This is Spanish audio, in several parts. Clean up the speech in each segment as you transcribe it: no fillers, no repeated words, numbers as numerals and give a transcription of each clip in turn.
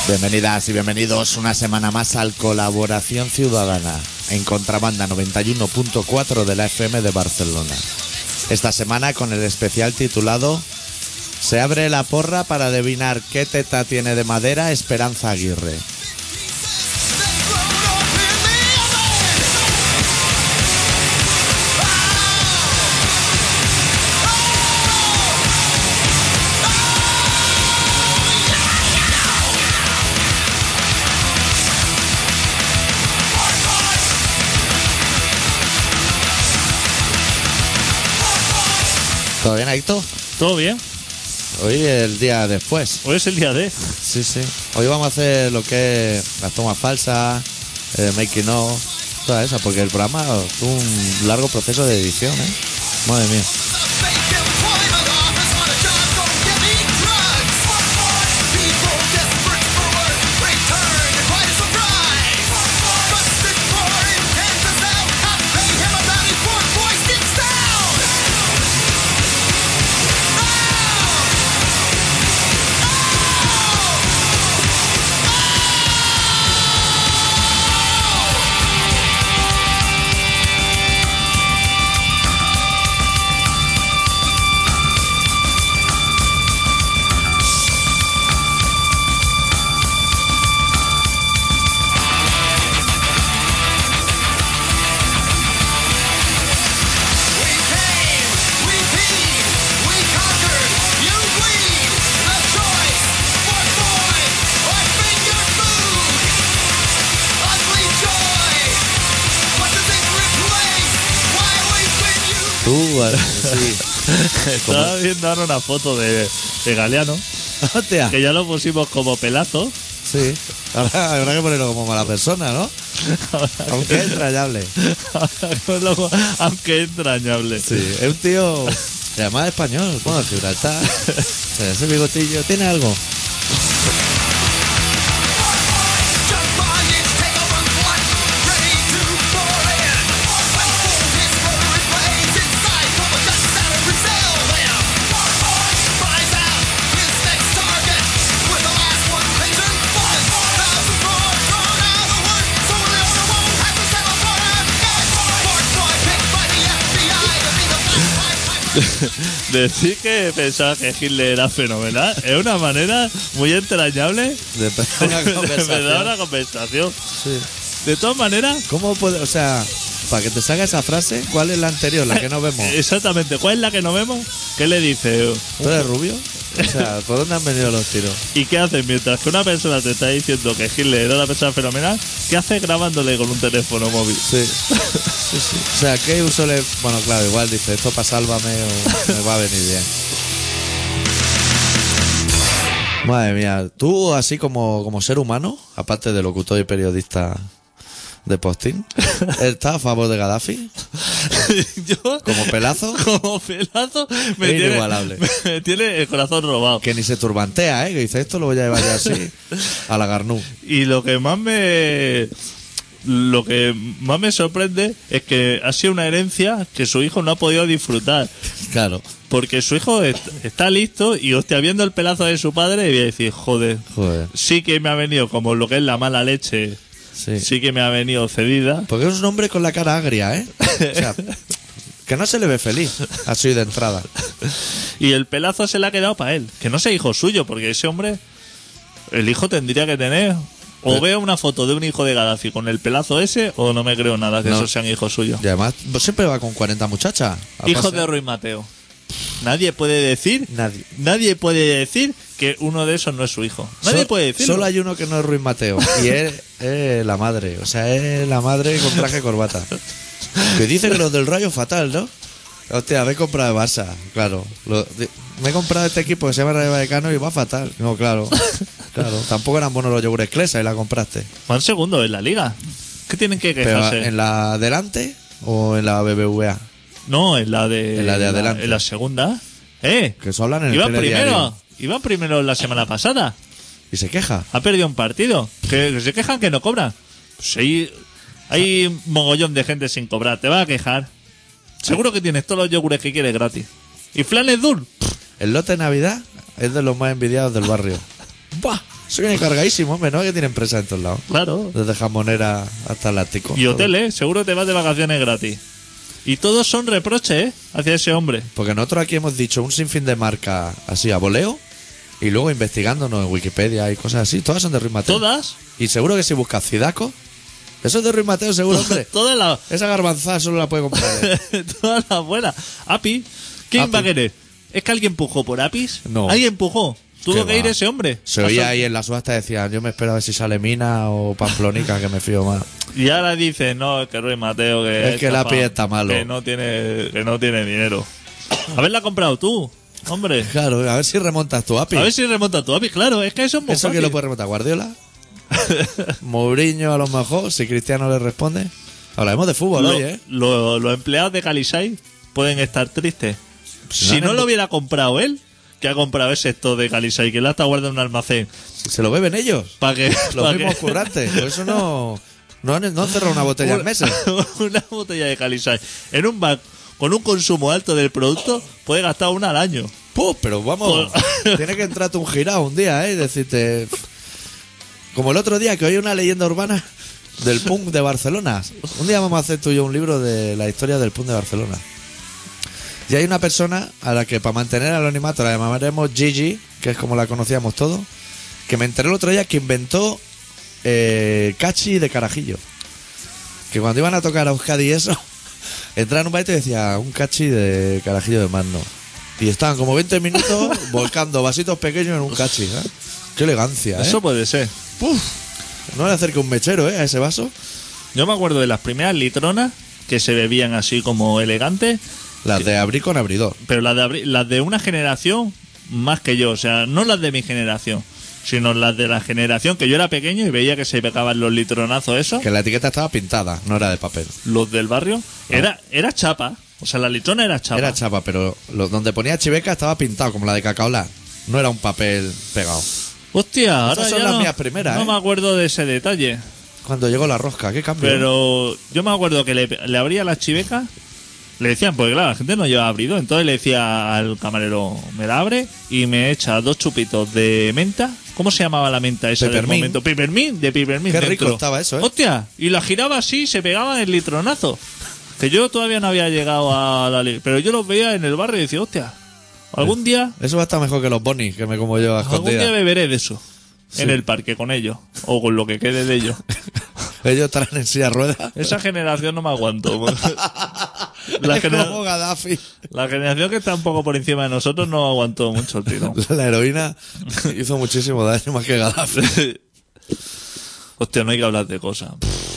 Bienvenidas y bienvenidos una semana más al Colaboración Ciudadana en Contrabanda 91.4 de la FM de Barcelona. Esta semana con el especial titulado Se abre la porra para adivinar qué teta tiene de madera Esperanza Aguirre. ¿Todo bien, Aito? ¿Todo bien? Hoy es el día después. Hoy es el día D. Sí, sí. Hoy vamos a hacer lo que es las tomas falsas, making of, toda esa, porque el programa tuvo un largo proceso de edición, ¿eh? Madre mía. Sí. Estaba viendo ahora una foto de Galeano, Hostia. que ya lo pusimos como pelazo. Sí. Ahora habrá que ponerlo como mala persona, ¿no? Aunque es entrañable. Aunque entrañable. Sí. Es un tío. Y además español. Bueno, Gibraltar. Ese bigotillo. ¿Tiene algo? Decir que pensaba que Hitler era fenomenal es una manera muy entrañable De empezar una de conversación. empezar una conversación. Sí. De todas maneras, ¿Cómo puede, o sea, para que te salga esa frase, cuál es la anterior, la que no vemos? exactamente, ¿cuál es la que no vemos? ¿Qué le dice? ¿Tú eres rubio? O sea, ¿por dónde han venido los tiros? ¿Y qué haces mientras que una persona te está diciendo que Hitler era una persona fenomenal? ¿Qué haces grabándole con un teléfono móvil? Sí. Sí, sí. O sea, ¿qué uso le...? Bueno, claro, igual dice, esto para sálvame o me va a venir bien. Madre mía, tú así como ser humano, aparte de locutor y periodista de postín, ¿estás a favor de Gaddafi? Yo, ¿Como pelazo? como pelazo, me Es tiene, inigualable. me tiene el corazón robado. Que ni se turbantea, ¿eh? Que dice, esto lo voy a llevar ya así a la Garnú. Y lo que más me sorprende es que ha sido una herencia que su hijo no ha podido disfrutar. Claro. Porque su hijo está listo y, hostia, viendo el pelazo de su padre, y voy a decir, joder, sí que me ha venido como lo que es la mala leche, Sí. sí que me ha venido cedida. Porque es un hombre con la cara agria, ¿eh? O sea, que no se le ve feliz, así de entrada. Y el pelazo se le ha quedado para él. Que no sea hijo suyo, porque ese hombre, el hijo tendría que tener... O veo una foto de un hijo de Gaddafi con el pelazo ese, o no me creo nada que No. esos sean hijos suyos. Y además siempre va con 40 muchachas. Hijo de Ruiz Mateo. Nadie puede decir que uno de esos no es su hijo. Nadie puede decirlo. Solo hay uno que no es Ruiz Mateo. Y es la madre. O sea, es la madre con traje y corbata. Que dice que los del Rayo fatal, ¿no? Hostia, me he comprado de Barça. Claro. Me he comprado este equipo que se llama Rayo Vallecano y va fatal. No, claro. Claro. Tampoco eran buenos los yogures Clesa y la compraste. Van segundo en la liga. ¿Qué tienen que Pero quejarse? ¿en la delante o en la BBVA? No, en la de... En la de adelante. En la segunda. Que eso hablan en el iban telediario. primero. Iban primero la semana pasada. Y se queja. Ha perdido un partido. Que se quejan que no cobran. Pues hay mogollón de gente sin cobrar. Te vas a quejar. Seguro que tienes todos los yogures que quieres gratis. ¿Y Flanes Dul? El lote de Navidad es de los más envidiados del barrio. ¡Buah! Eso viene cargadísimo, hombre, ¿no? Que tiene empresas en todos lados. Claro. Desde jamonera hasta elástico. Y hoteles, seguro te vas de vacaciones gratis. Y todos son reproches, hacia ese hombre. Porque nosotros aquí hemos dicho un sinfín de marcas así a voleo. Y luego investigándonos en Wikipedia y cosas así. Todas son de Ruiz Mateo. Todas. Y seguro que si buscas Cidaco, eso es de Ruiz Mateo, seguro, hombre. Todas las... Esa garbanzada solo la puede comprar. Todas las buenas. Api. ¿Quién Api. va a querer? ¿Es que alguien empujó por Apis? No. ¿Alguien empujó? Tuvo Qué que ir va. ese hombre. Se oía ahí en la subasta, decían, yo me espero a ver si sale Mina o Pamplonica, que me fío más. Y ahora dice, no, es que Ruiz Mateo que Es que el API está malo. Que no tiene dinero. Haberla comprado tú, hombre. Claro, a ver si remontas tu API. A ver si remonta tu API. Claro, es que eso es muy ¿Eso fácil. que lo puede remontar? ¿Guardiola? Mourinho a lo mejor, si Cristiano le responde. Hablaremos de fútbol hoy, ¿eh? Los empleados de Calisay pueden estar tristes. Si no lo hubiera comprado él, que ha comprado ese stock de Calisay, que la está guardando en un almacén. Si se lo beben ellos. Para que. Los pa' mismos que- currantes. Por eso no han cerrado una botella en meses. Una botella de Calisay en un bar con un consumo alto del producto puede gastar una al año. Puh, pero vamos, tiene que entrarte un girado un día, ¿eh? Y decirte... Como el otro día que oí una leyenda urbana del punk de Barcelona. Un día vamos a hacer tú y yo un libro de la historia del punk de Barcelona. Y hay una persona a la que para mantener el anonimato la llamaremos Gigi, que es como la conocíamos todos, que me enteré el otro día que inventó Cachi de Carajillo. Que cuando iban a tocar a Euskadi y eso, entraba en un baile y decía un Cachi de Carajillo de Magno. Y estaban como 20 minutos volcando vasitos pequeños en un Cachi, ¿eh? Qué elegancia, ¿eh? Eso puede ser. Puf, no le acerca un mechero, ¿eh? A ese vaso. Yo me acuerdo de las primeras litronas que se bebían así como elegantes, Las de abrir con abridor. pero las de una generación más que yo. O sea, no las de mi generación, sino las de la generación que yo era pequeño y veía que se pegaban los litronazos esos. Que la etiqueta estaba pintada, no era de papel. Los del barrio. Era chapa. O sea, la litrona era chapa. Era chapa, pero donde ponía Chiveca estaba pintado, como la de Cacaolá. No era un papel pegado. Hostia, ahora Esas son ya las no, mías primeras, no ¿eh? me acuerdo de ese detalle. Cuando llegó la rosca, qué cambio. Pero yo me acuerdo que le abría las chivecas, le decían, porque claro, la gente no lleva abrido, entonces le decía al camarero, me la abre y me echa 2 chupitos de menta. ¿Cómo se llamaba la menta esa del Peppermint. momento? Peppermint, de Peppermint. Qué rico dentro. estaba eso, ¿eh? Hostia, y la giraba así y se pegaba el litronazo. Que yo todavía no había llegado a la pero yo los veía en el barrio y decía, hostia, algún día Eso va a estar mejor que los bonis, que me como yo a algún día escondidas. beberé de eso. Sí. En el parque con ellos. O con lo que quede de ellos. Ellos estarán en silla de ruedas. Esa generación no me aguanto. La, Es genera- como Gaddafi. la generación que está un poco por encima de nosotros no aguantó mucho el tiro. La heroína hizo muchísimo daño más que Gaddafi. Hostia, no hay que hablar de cosas.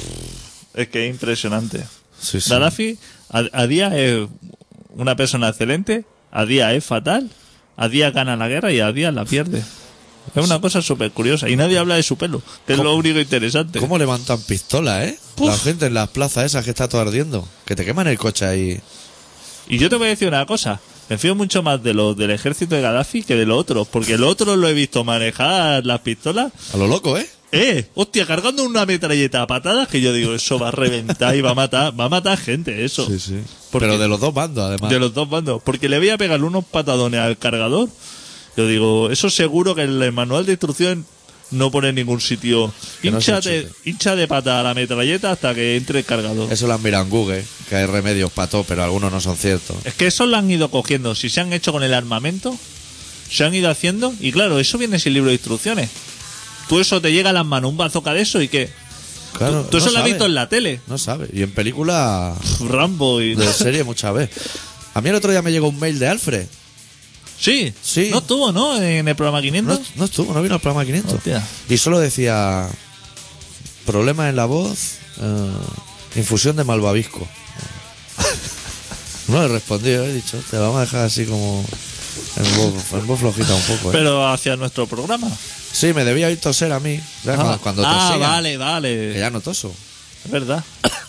Es que es impresionante. Sí, sí. Gaddafi a día es una persona excelente, a día es fatal, a día gana la guerra y a día la pierde. Es una cosa súper curiosa. Y nadie habla de su pelo, que es lo único interesante. ¿Cómo levantan pistolas, eh? Puf. La gente en las plazas esas que está todo ardiendo. Que te queman el coche ahí. Y yo te voy a decir una cosa. Me fío mucho más de los del ejército de Gaddafi que de los otros. Porque los otros lo he visto manejar las pistolas. A lo loco, ¿eh? Hostia, cargando una metralleta a patadas que yo digo, eso va a reventar y va a matar gente, eso. Sí, sí. Porque- Pero de los dos bandos, además. De los dos bandos. Porque le voy a pegar unos patadones al cargador. Yo digo, eso seguro que en el manual de instrucción no pone en ningún sitio. Que no se Hincha de pata a la metralleta hasta que entre el cargador. Eso lo han mirado en Google, que hay remedios para todo, pero algunos no son ciertos. Es que eso lo han ido cogiendo. Si se han hecho con el armamento, se han ido haciendo. Y claro, eso viene sin libro de instrucciones. Tú eso te llega a las manos, un bazooka de eso y qué. Claro, Tú eso no lo has sabe. visto en la tele. No sabe. Y en película Rambo y... de serie muchas veces. A mí el otro día me llegó un mail de Alfred. Sí. Sí. No estuvo, ¿no? En el programa 500. No estuvo, no vino al programa 500. Hostia. Y solo decía problemas en la voz, infusión de malvavisco. No le he respondido, he dicho, te vamos a dejar así como en voz flojita un poco. Pero hacia nuestro programa. Sí, me debía oír toser a mí. ¿Sabes? Cuando tosía, vale, que vale. ya no toso. Es verdad.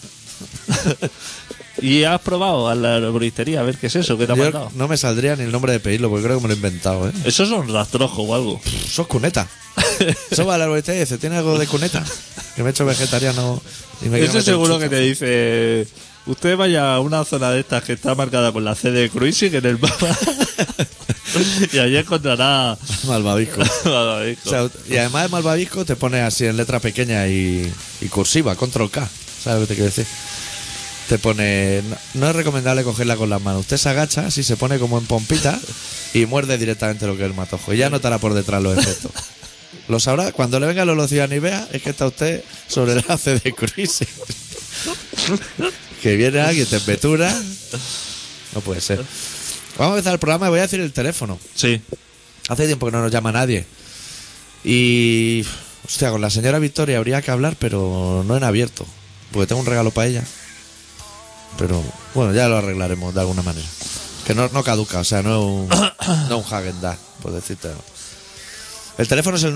¿Y has probado a la arboristería a ver qué es eso? ¿Qué te ha Yo mandado? no me saldría ni el nombre de pedirlo, porque creo que me lo he inventado, ¿eh? Eso es un rastrojo o algo. Sos cuneta. Eso va a la arboristería y dice, ¿tiene algo de cuneta? Que me he hecho vegetariano y me quiero Eso meter seguro un que chuzo. te dice... Usted vaya a una zona de estas que está marcada con la C de cruising en el mapa. Y allí encontrará Malvavisco. malvavisco. O sea, y además de malvavisco te pone así en letra pequeña y cursiva, control K. ¿Sabes lo que te quiero decir? Te pone, no es recomendable cogerla con las manos. Usted se agacha, así se pone como en pompita y muerde directamente lo que es el matojo. Y ya notará por detrás los efectos. Lo sabrá cuando le venga la velocidad y vea, es que está usted sobre el enlace de crisis. Que viene alguien, temperatura. No puede ser. Vamos a empezar el programa y voy a decir el teléfono. Sí. Hace tiempo que no nos llama nadie. Y... hostia, con la señora Victoria habría que hablar, pero no en abierto. Porque tengo un regalo para ella. Pero bueno, ya lo arreglaremos de alguna manera. Que no caduca, o sea, no un Häagen-Dazs, por decirte. El teléfono es el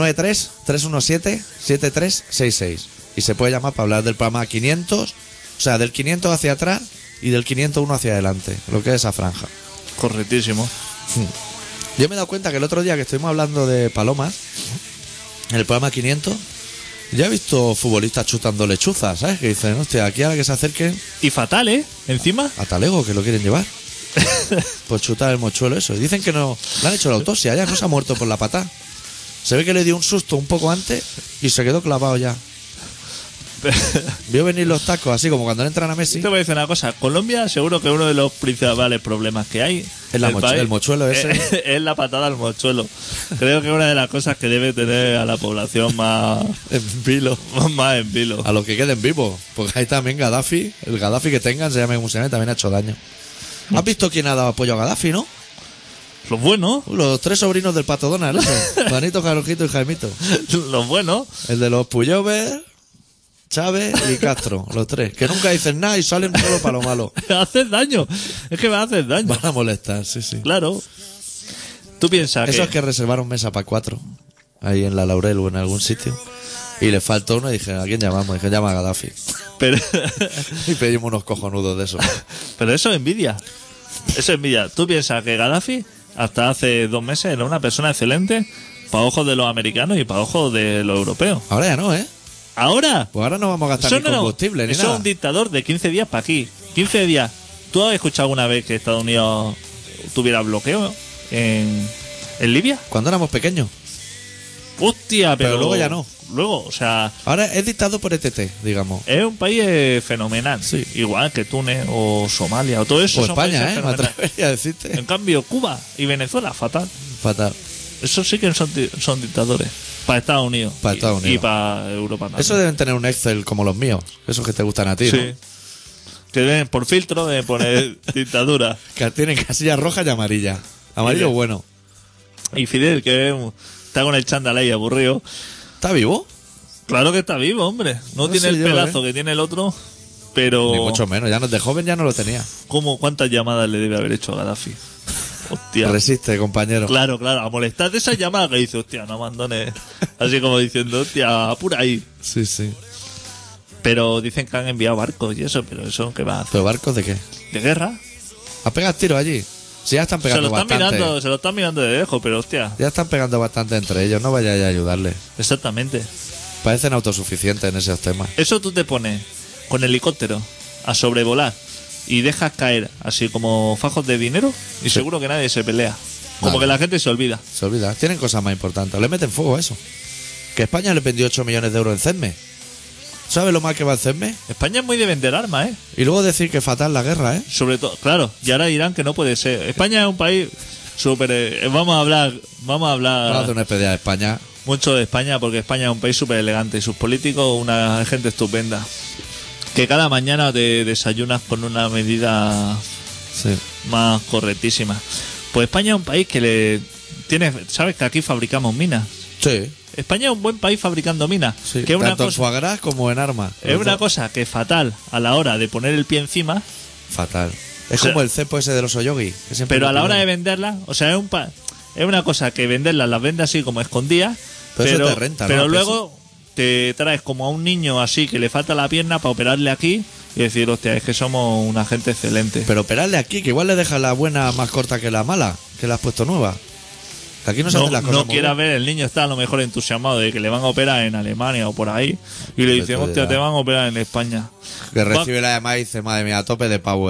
93-317-7366. Y se puede llamar para hablar del programa 500, o sea, del 500 hacia atrás y del 501 hacia adelante, lo que es esa franja. Correctísimo. Yo me he dado cuenta que el otro día que estuvimos hablando de palomas, en el programa 500, ya he visto futbolistas chutando lechuzas, ¿sabes? Que dicen, hostia, aquí a la que se acerquen Y fatal, ¿eh? Encima. a talego, que lo quieren llevar. Pues chutar el mochuelo eso. Y dicen que no, le han hecho la autopsia ya, no se ha muerto por la patada. Se ve que le dio un susto un poco antes y se quedó clavado ya. Vio venir los tacos, así como cuando le entran a Messi. Te voy a decir una cosa. Colombia seguro que uno de los principales problemas que hay Es la en el país el mochuelo ese. es la patada al mochuelo. Creo que es una de las cosas que debe tener a la población más En vilo. más en vilo. A los que queden vivos. Porque hay también Gaddafi. El Gaddafi que tengan, se llame como se llame, también ha hecho daño. ¿Has visto quién ha dado apoyo a Gaddafi, no? Los buenos. Los tres sobrinos del Pato Donald, ese. Juanito, Jarojito y Jaimito. Los buenos. El de los Puyover, Chávez y Castro. Los tres. Que nunca dicen nada y salen solo para lo malo. Haces daño. Es que me haces daño. Van a molestar, sí, sí. Claro. Tú piensas Eso es que reservaron mesa para 4. Ahí en la Laurel o en algún sitio. Y le faltó uno y dije, ¿a quién llamamos? Dije, llama a Gaddafi. Pero, Y pedimos unos cojonudos de eso. pero eso es envidia. Eso es envidia. Tú piensas que Gaddafi, hasta hace 2 meses, era una persona excelente para ojos de los americanos y para ojos de los europeos. Ahora ya no, ¿eh? Ahora, Pues ahora no vamos a gastar eso ni combustible ni eso nada. es un dictador de 15 días para aquí. 15 días. ¿Tú has escuchado alguna vez que Estados Unidos tuviera bloqueo en Libia? Cuando éramos pequeños. Hostia, Pero luego ya no. Luego, o sea, Ahora es dictado por ETT, digamos. es un país fenomenal. Sí. Igual que Túnez o Somalia o todo eso. O son España, países ¿eh? Me fenomenales. atrevería a decirte. En cambio, Cuba y Venezuela, fatal. Fatal. Eso sí que son dictadores. Para Estados Unidos. Para Estados Unidos. Y para Europa también. Eso deben tener un Excel como los míos. Esos que te gustan a ti, Sí. ¿no? Que deben, por filtro de poner dictadura. Que tienen casillas roja y amarilla. Amarillo Sí. bueno. Y Fidel, que está con el chándal ahí aburrido. ¿Está vivo? Claro que está vivo, hombre. No No tiene sé el yo, pelazo que tiene el otro, pero... Ni mucho menos. Ya no, de joven ya no lo tenía. ¿Cuántas llamadas le debe haber hecho a Gaddafi? Hostia. Resiste, compañero. Claro, a molestar de esa llamada que dice, hostia, no abandones. Así como diciendo, hostia, apura ahí. Sí, sí. Pero dicen que han enviado barcos y eso, pero eso, ¿qué va a hacer? ¿Pero barcos de qué? ¿De guerra? ¿A pegar tiros allí? Sí, ya están pegando bastante. Se lo están mirando de lejos, pero hostia. Ya están pegando bastante entre ellos. No vayáis a ayudarles. Exactamente. Parecen autosuficientes en esos temas. Eso tú te pones con helicóptero a sobrevolar y dejas caer así como fajos de dinero y seguro que nadie se pelea. Como Vale. que la gente se olvida. Se olvida. Tienen cosas más importantes. Le meten fuego a eso. Que España le vendió 8 millones de euros en CESME. ¿Sabes lo mal que va el CESME? España es muy de vender armas, ¿eh? Y luego decir que fatal la guerra, ¿eh? Sobre todo, claro, y ahora dirán que no puede ser. España es un país súper... vamos a hablar Vamos a hacer una especie de España. mucho de España porque España es un país súper elegante y sus políticos una gente estupenda. Que cada mañana te desayunas con una medida Sí. más correctísima. Pues España es un país que le tiene... ¿Sabes que aquí fabricamos minas? Sí. España es un buen país fabricando minas. Sí. Que es una Tanto en cosa, foie gras como en armas. es una cosa que es fatal a la hora de poner el pie encima, Fatal. Es O sea, como el cepo ese de los Oyogi. que siempre pero lo a la hora de piden. venderla, o sea, es una cosa que venderlas las vende así como escondidas, Pero eso pero, te renta, ¿no? pero A luego te traes como a un niño así que le falta la pierna para operarle aquí y decir, hostia, es que somos una gente excelente. Pero operarle aquí, que igual le deja la buena más corta que la mala, que la has puesto nueva. Que aquí no se No, hacen las cosas no muy quiera bien. ver, el niño está a lo mejor entusiasmado de que le van a operar en Alemania o por ahí y le dicen, Esto hostia, ya. te van a operar en España. Que recibe la llamada y dice, madre mía, a tope de power.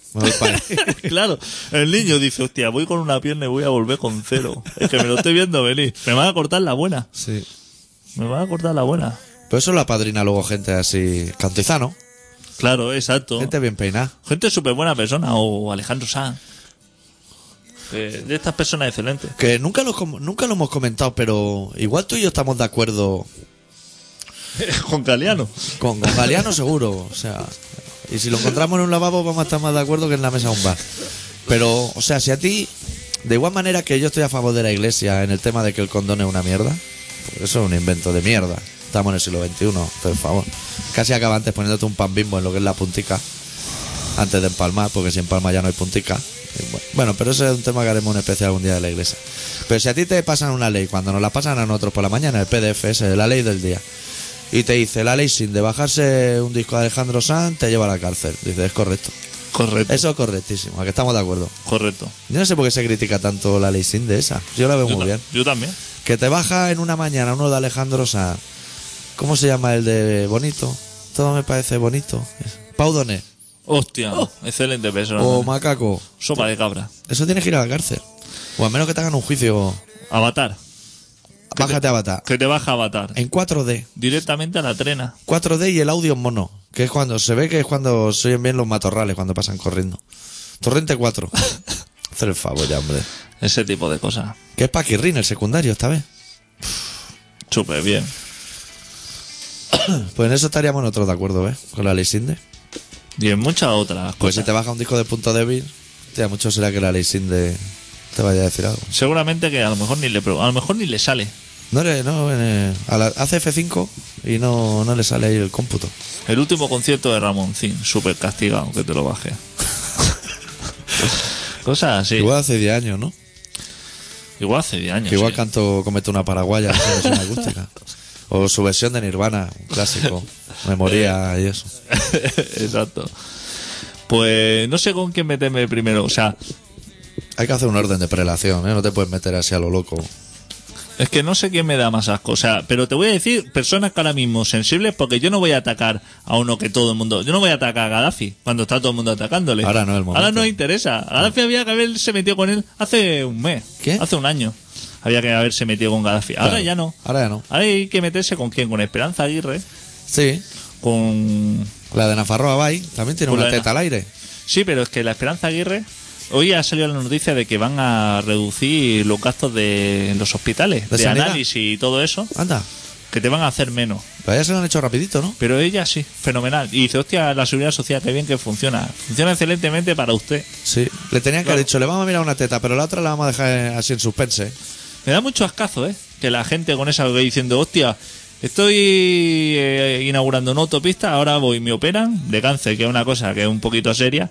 Me voy para ahí. Claro, el niño dice, hostia, voy con una pierna y voy a volver con 0. Es que me lo estoy viendo venir. Me van a cortar la buena. Sí. Me van a cortar la buena. Pero eso lo apadrina luego gente así, cantizano, Claro, exacto. gente bien peinada. Gente súper buena persona. O Alejandro Sanz. De estas personas excelentes. Que nunca lo hemos comentado, pero igual tú y yo estamos de acuerdo Con Galeano. con Galeano seguro. O sea, y si lo encontramos en un lavabo vamos a estar más de acuerdo que en la mesa de un bar. Pero, o sea, si a ti, de igual manera que yo estoy a favor de la iglesia en el tema de que el condón es una mierda, pues eso es un invento de mierda. Estamos en el siglo XXI, por favor. Casi acaba antes poniéndote un pan Bimbo en lo que es la puntica, antes de empalmar, porque si empalma ya no hay puntica. Bueno, pero ese es un tema que haremos un especial algún día de la iglesia. Pero si a ti te pasan una ley, cuando nos la pasan a nosotros por la mañana, el PDF ese, la ley del día, y te dice la ley sin de bajarse un disco de Alejandro Sanz, te lleva a la cárcel. Dices, es correcto. Correcto. Eso es correctísimo, a que estamos de acuerdo. Correcto. Yo no sé por qué se critica tanto la ley sin de esa. Yo la veo muy bien. Yo también. Que te baja en una mañana uno de Alejandro Sanz. ¿Cómo se llama el de Bonito? Todo me parece bonito. Pau Donés. Hostia, excelente persona. O Macaco. Sopa de cabra. Eso tienes que ir a la cárcel. O al menos que te hagan un juicio. Avatar. Bájate a Avatar. Que te baja Avatar. En 4D. Directamente a la trena. 4D y el audio en mono. Que es cuando se ve que es cuando se oyen bien los matorrales cuando pasan corriendo. Torrente 4. Hacer el favor ya, hombre. Ese tipo de cosas. Que es Paquirrín, el secundario, esta vez. Súper bien. Pues en eso estaríamos nosotros de acuerdo, ¿ves? Con la ley Sinde. Y en muchas otras Pues si cosas. te baja un disco de Punto Débil, tía, mucho será que la ley Sinde te vaya a decir algo. Seguramente que a lo mejor ni le sale. Hace F5 y no le sale ahí el cómputo. El último concierto de Ramoncín, súper castigado, que te lo baje. Cosas así. Igual hace 10 años, ¿no? Igual hace 10 años. Que igual sí. canto Comete una paraguaya en versión acústica. O su versión de Nirvana, un clásico. Memoria y eso. Exacto. Pues no sé con quién meterme primero. O sea, Hay que hacer un orden de prelación, ¿eh? No te puedes meter así a lo loco. es que no sé quién me da más asco. O sea, pero te voy a decir personas que ahora mismo sensibles, porque yo no voy a atacar a uno que todo el mundo. Yo no voy a atacar a Gaddafi cuando está todo el mundo atacándole. Ahora no es el momento. Ahora no interesa. Gaddafi había que haberse metido con él hace un mes. ¿Qué? Hace un año. Había que haberse metido con Gaddafi. Ahora Claro. ya no. Ahora ya no. Ahora hay que meterse con quién, con Esperanza Aguirre, Sí. con... La de Nafarroa Bay también tiene Con una la de teta al aire. Sí, pero es que la Esperanza Aguirre, hoy ha salido la noticia de que van a reducir los gastos de los hospitales, ¿De de sanidad? análisis y todo eso, Anda. que te van a hacer menos. Pero ya se lo han hecho rapidito, ¿no? Pero ella sí, fenomenal. Y dice, hostia, la seguridad social, qué bien que funciona. Funciona excelentemente para usted. Sí. Le tenían que Claro. haber dicho, le vamos a mirar una teta, pero la otra la vamos a dejar así en suspense. Me da mucho ascazo, que la gente con esa que diciendo, hostia, estoy inaugurando una autopista, ahora voy, me operan de cáncer, que es una cosa que es un poquito seria,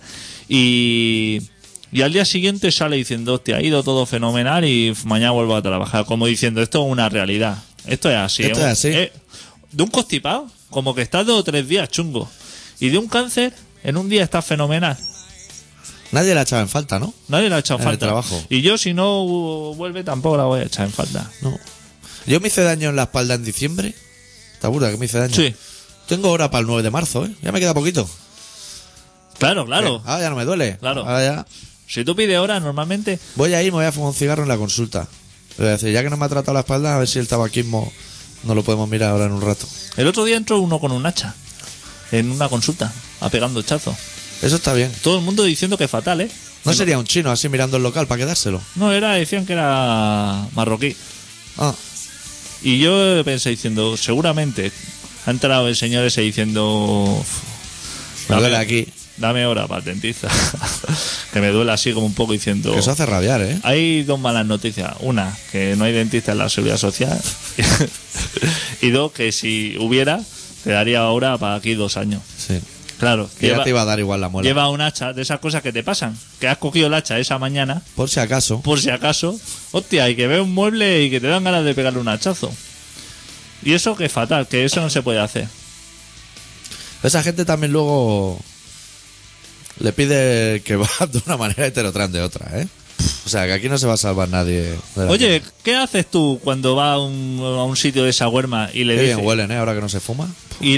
y al día siguiente sale diciendo, hostia, ha ido todo fenomenal y mañana vuelvo a trabajar, como diciendo, esto es una realidad, esto es así. Esto es así. De un constipado, como que estás 2 o 3 días chungo, y de un cáncer, en un día estás fenomenal. Nadie la echaba en falta, ¿no? Nadie la ha echado en En el falta. trabajo. Y yo, si no vuelve, tampoco la voy a echar en falta. No. Yo me hice daño en la espalda en diciembre. ¿Te acuerdas que me hice daño? Sí. Tengo hora para el 9 de marzo, ¿eh? Ya me queda poquito. Claro, claro. Ahora ya no me duele. Claro. Ahora ya. Si tú pides hora, normalmente... Voy a ir, me voy a fumar un cigarro en la consulta. Le voy a decir, ya que no me ha tratado la espalda, a ver si el tabaquismo no lo podemos mirar ahora en un rato. El otro día entró uno con un hacha en una consulta, a pegando hachazo. Eso está bien. Todo el mundo diciendo que es fatal, ¿eh? ¿No sería un chino así mirando el local para quedárselo? No, decían que era marroquí. Ah, Y yo pensé diciendo, seguramente ha entrado el señor ese diciendo... me duele aquí. Dame hora para el dentista. Que me duele así como un poco diciendo... Que eso hace rabiar, ¿eh? Hay 2 malas noticias. Una, que no hay dentista en la seguridad social. Y 2, que si hubiera, te daría hora para aquí 2 años. Sí. Claro. Que ya te iba a dar igual la muela. Lleva un hacha, de esas cosas que te pasan. Que has cogido el hacha esa mañana, Por si acaso. por si acaso. Hostia, y que ve un mueble y que te dan ganas de pegarle un hachazo. Y eso que es fatal, que eso no se puede hacer. Esa gente también luego le pide que va de una manera y te lo traen de otra, ¿eh? O sea, que aquí no se va a salvar nadie. de la Oye, ¿qué haces tú cuando vas a un sitio de shawarma y le Qué bien dices huelen, ¿eh? Ahora que no se fuma.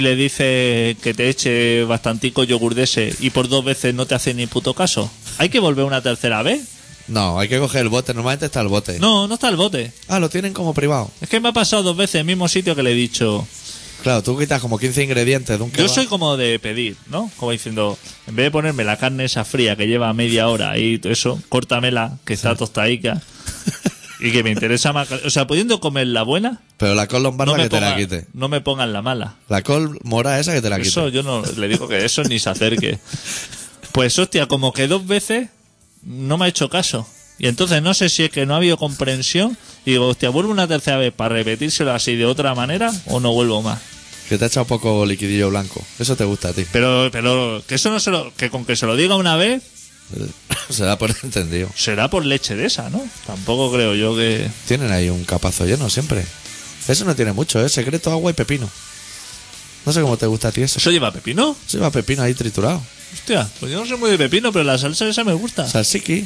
que te eche bastantico yogur de ese y por 2 veces no te hace ni puto caso? ¿Hay que volver una tercera vez? No, hay que coger el bote. Normalmente está el bote. No, no está el bote. Ah, lo tienen como privado. Es que me ha pasado 2 veces en el mismo sitio que le he dicho. Claro, tú quitas como 15 ingredientes de un Yo kebab. soy como de pedir, ¿no? Como diciendo, en vez de ponerme la carne esa fría que lleva media hora y todo eso, córtamela, que está tostadica y que me interesa más. O sea, pudiendo comer la buena, Pero la col lombarda que te la quite. no me pongan la mala. La col mora esa que te la quite. Eso yo no le digo que eso ni se acerque. Pues hostia, como que 2 veces no me ha hecho caso. Y entonces no sé si es que no ha habido comprensión y digo, hostia, vuelvo una tercera vez para repetírselo así de otra manera o no vuelvo más. Que te ha echado poco liquidillo blanco. Eso te gusta a ti. Pero que eso no se lo, que con que se lo diga una vez Se da por entendido. será por leche de esa, ¿no? Tampoco creo yo que... Tienen ahí un capazo lleno siempre. Eso no tiene mucho, ¿eh? Secreto, agua y pepino. No sé cómo te gusta a ti eso. ¿Eso lleva pepino? Se va pepino ahí triturado. Hostia, pues yo no soy muy de pepino, pero la salsa esa me gusta. Salsiki.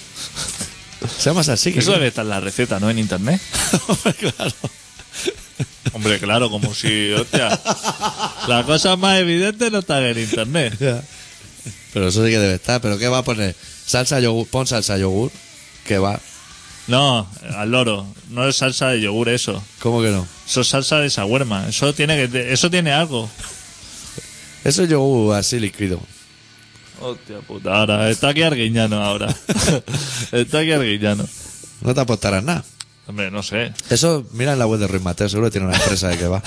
Se llama salsiki. Eso debe estar en la receta, ¿no? En internet. Claro. Hombre, claro, como si, hostia, la cosa más evidente no está en internet. Ya. Pero eso sí que debe estar. ¿Pero qué va a poner? Salsa yogur. Pon salsa yogur. ¿Qué va? No, al loro, no es salsa de yogur eso. ¿Cómo que no? Eso es salsa de shawarma. Eso tiene algo. Eso es yogur así líquido. Hostia puta, ahora está aquí Arguiñano ahora. Está aquí Arguiñano. No te apostarás nada. Hombre, no sé. Eso, mira en la web de Ruiz Mateo, seguro que tiene una empresa de que va.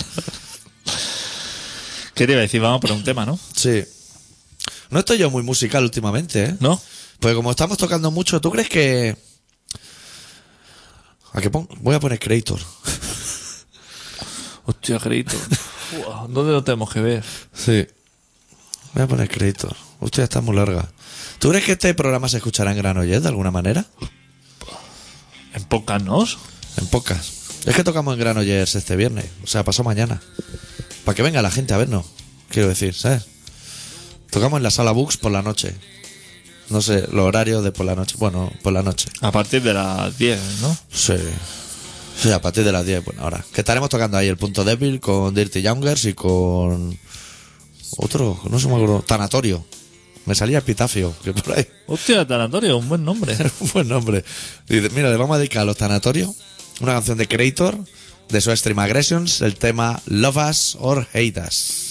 ¿Qué te iba a decir? Vamos por un tema, ¿no? Sí. No estoy yo muy musical últimamente, ¿eh? ¿No? Pues como estamos tocando mucho, ¿tú crees que... Voy a poner Creator. Hostia, Creito. ¿Dónde lo tenemos que ver? Sí. Voy a poner Creator. Hostia, está muy larga. ¿Tú crees que este programa se escuchará en Granollers de alguna manera? ¿En Podcast En pocas. Es que tocamos en Granollers este viernes. O sea, pasó mañana. Para que venga la gente a vernos. Quiero decir, ¿sabes? Tocamos en la sala Books por la noche. No sé, los horarios de por la noche. Bueno, por la noche. A partir de las 10, ¿no? Sí. Sí, a partir de las 10, bueno, ahora. Que estaremos tocando ahí el Punto Débil con Dirty Youngers y con... Otro, no sé, me acuerdo. Tanatorio. Me salía Epitafio, que por ahí. Hostia, Tanatorio, un buen nombre. Un buen nombre. Dice, mira, le vamos a dedicar a los Tanatorios una canción de Creator, de su Extreme Aggressions, el tema Love Us or Hate Us.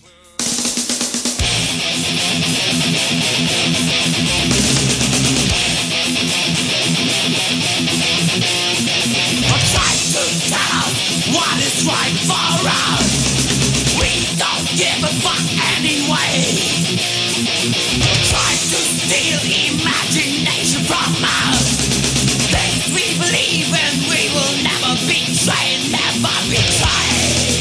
What is right for us? We don't give a fuck anyway. Try to steal imagination from us. Things we believe in, we will never betray, never betray.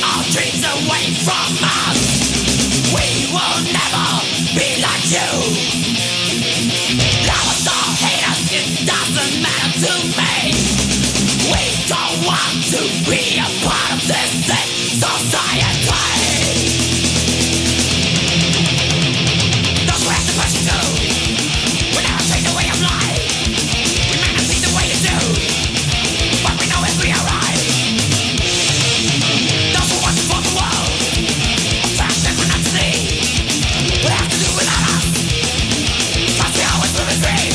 our dreams away from us. We will never be like you. Love us or hate us, it doesn't matter to me. We don't want to be a part of this sick society. Don't we have to question too? We never change the way of life. We may not see the way you do, but we know if we are right. Those who want to form the world, trash that we're not to see. We have to do without us, but we always will be free.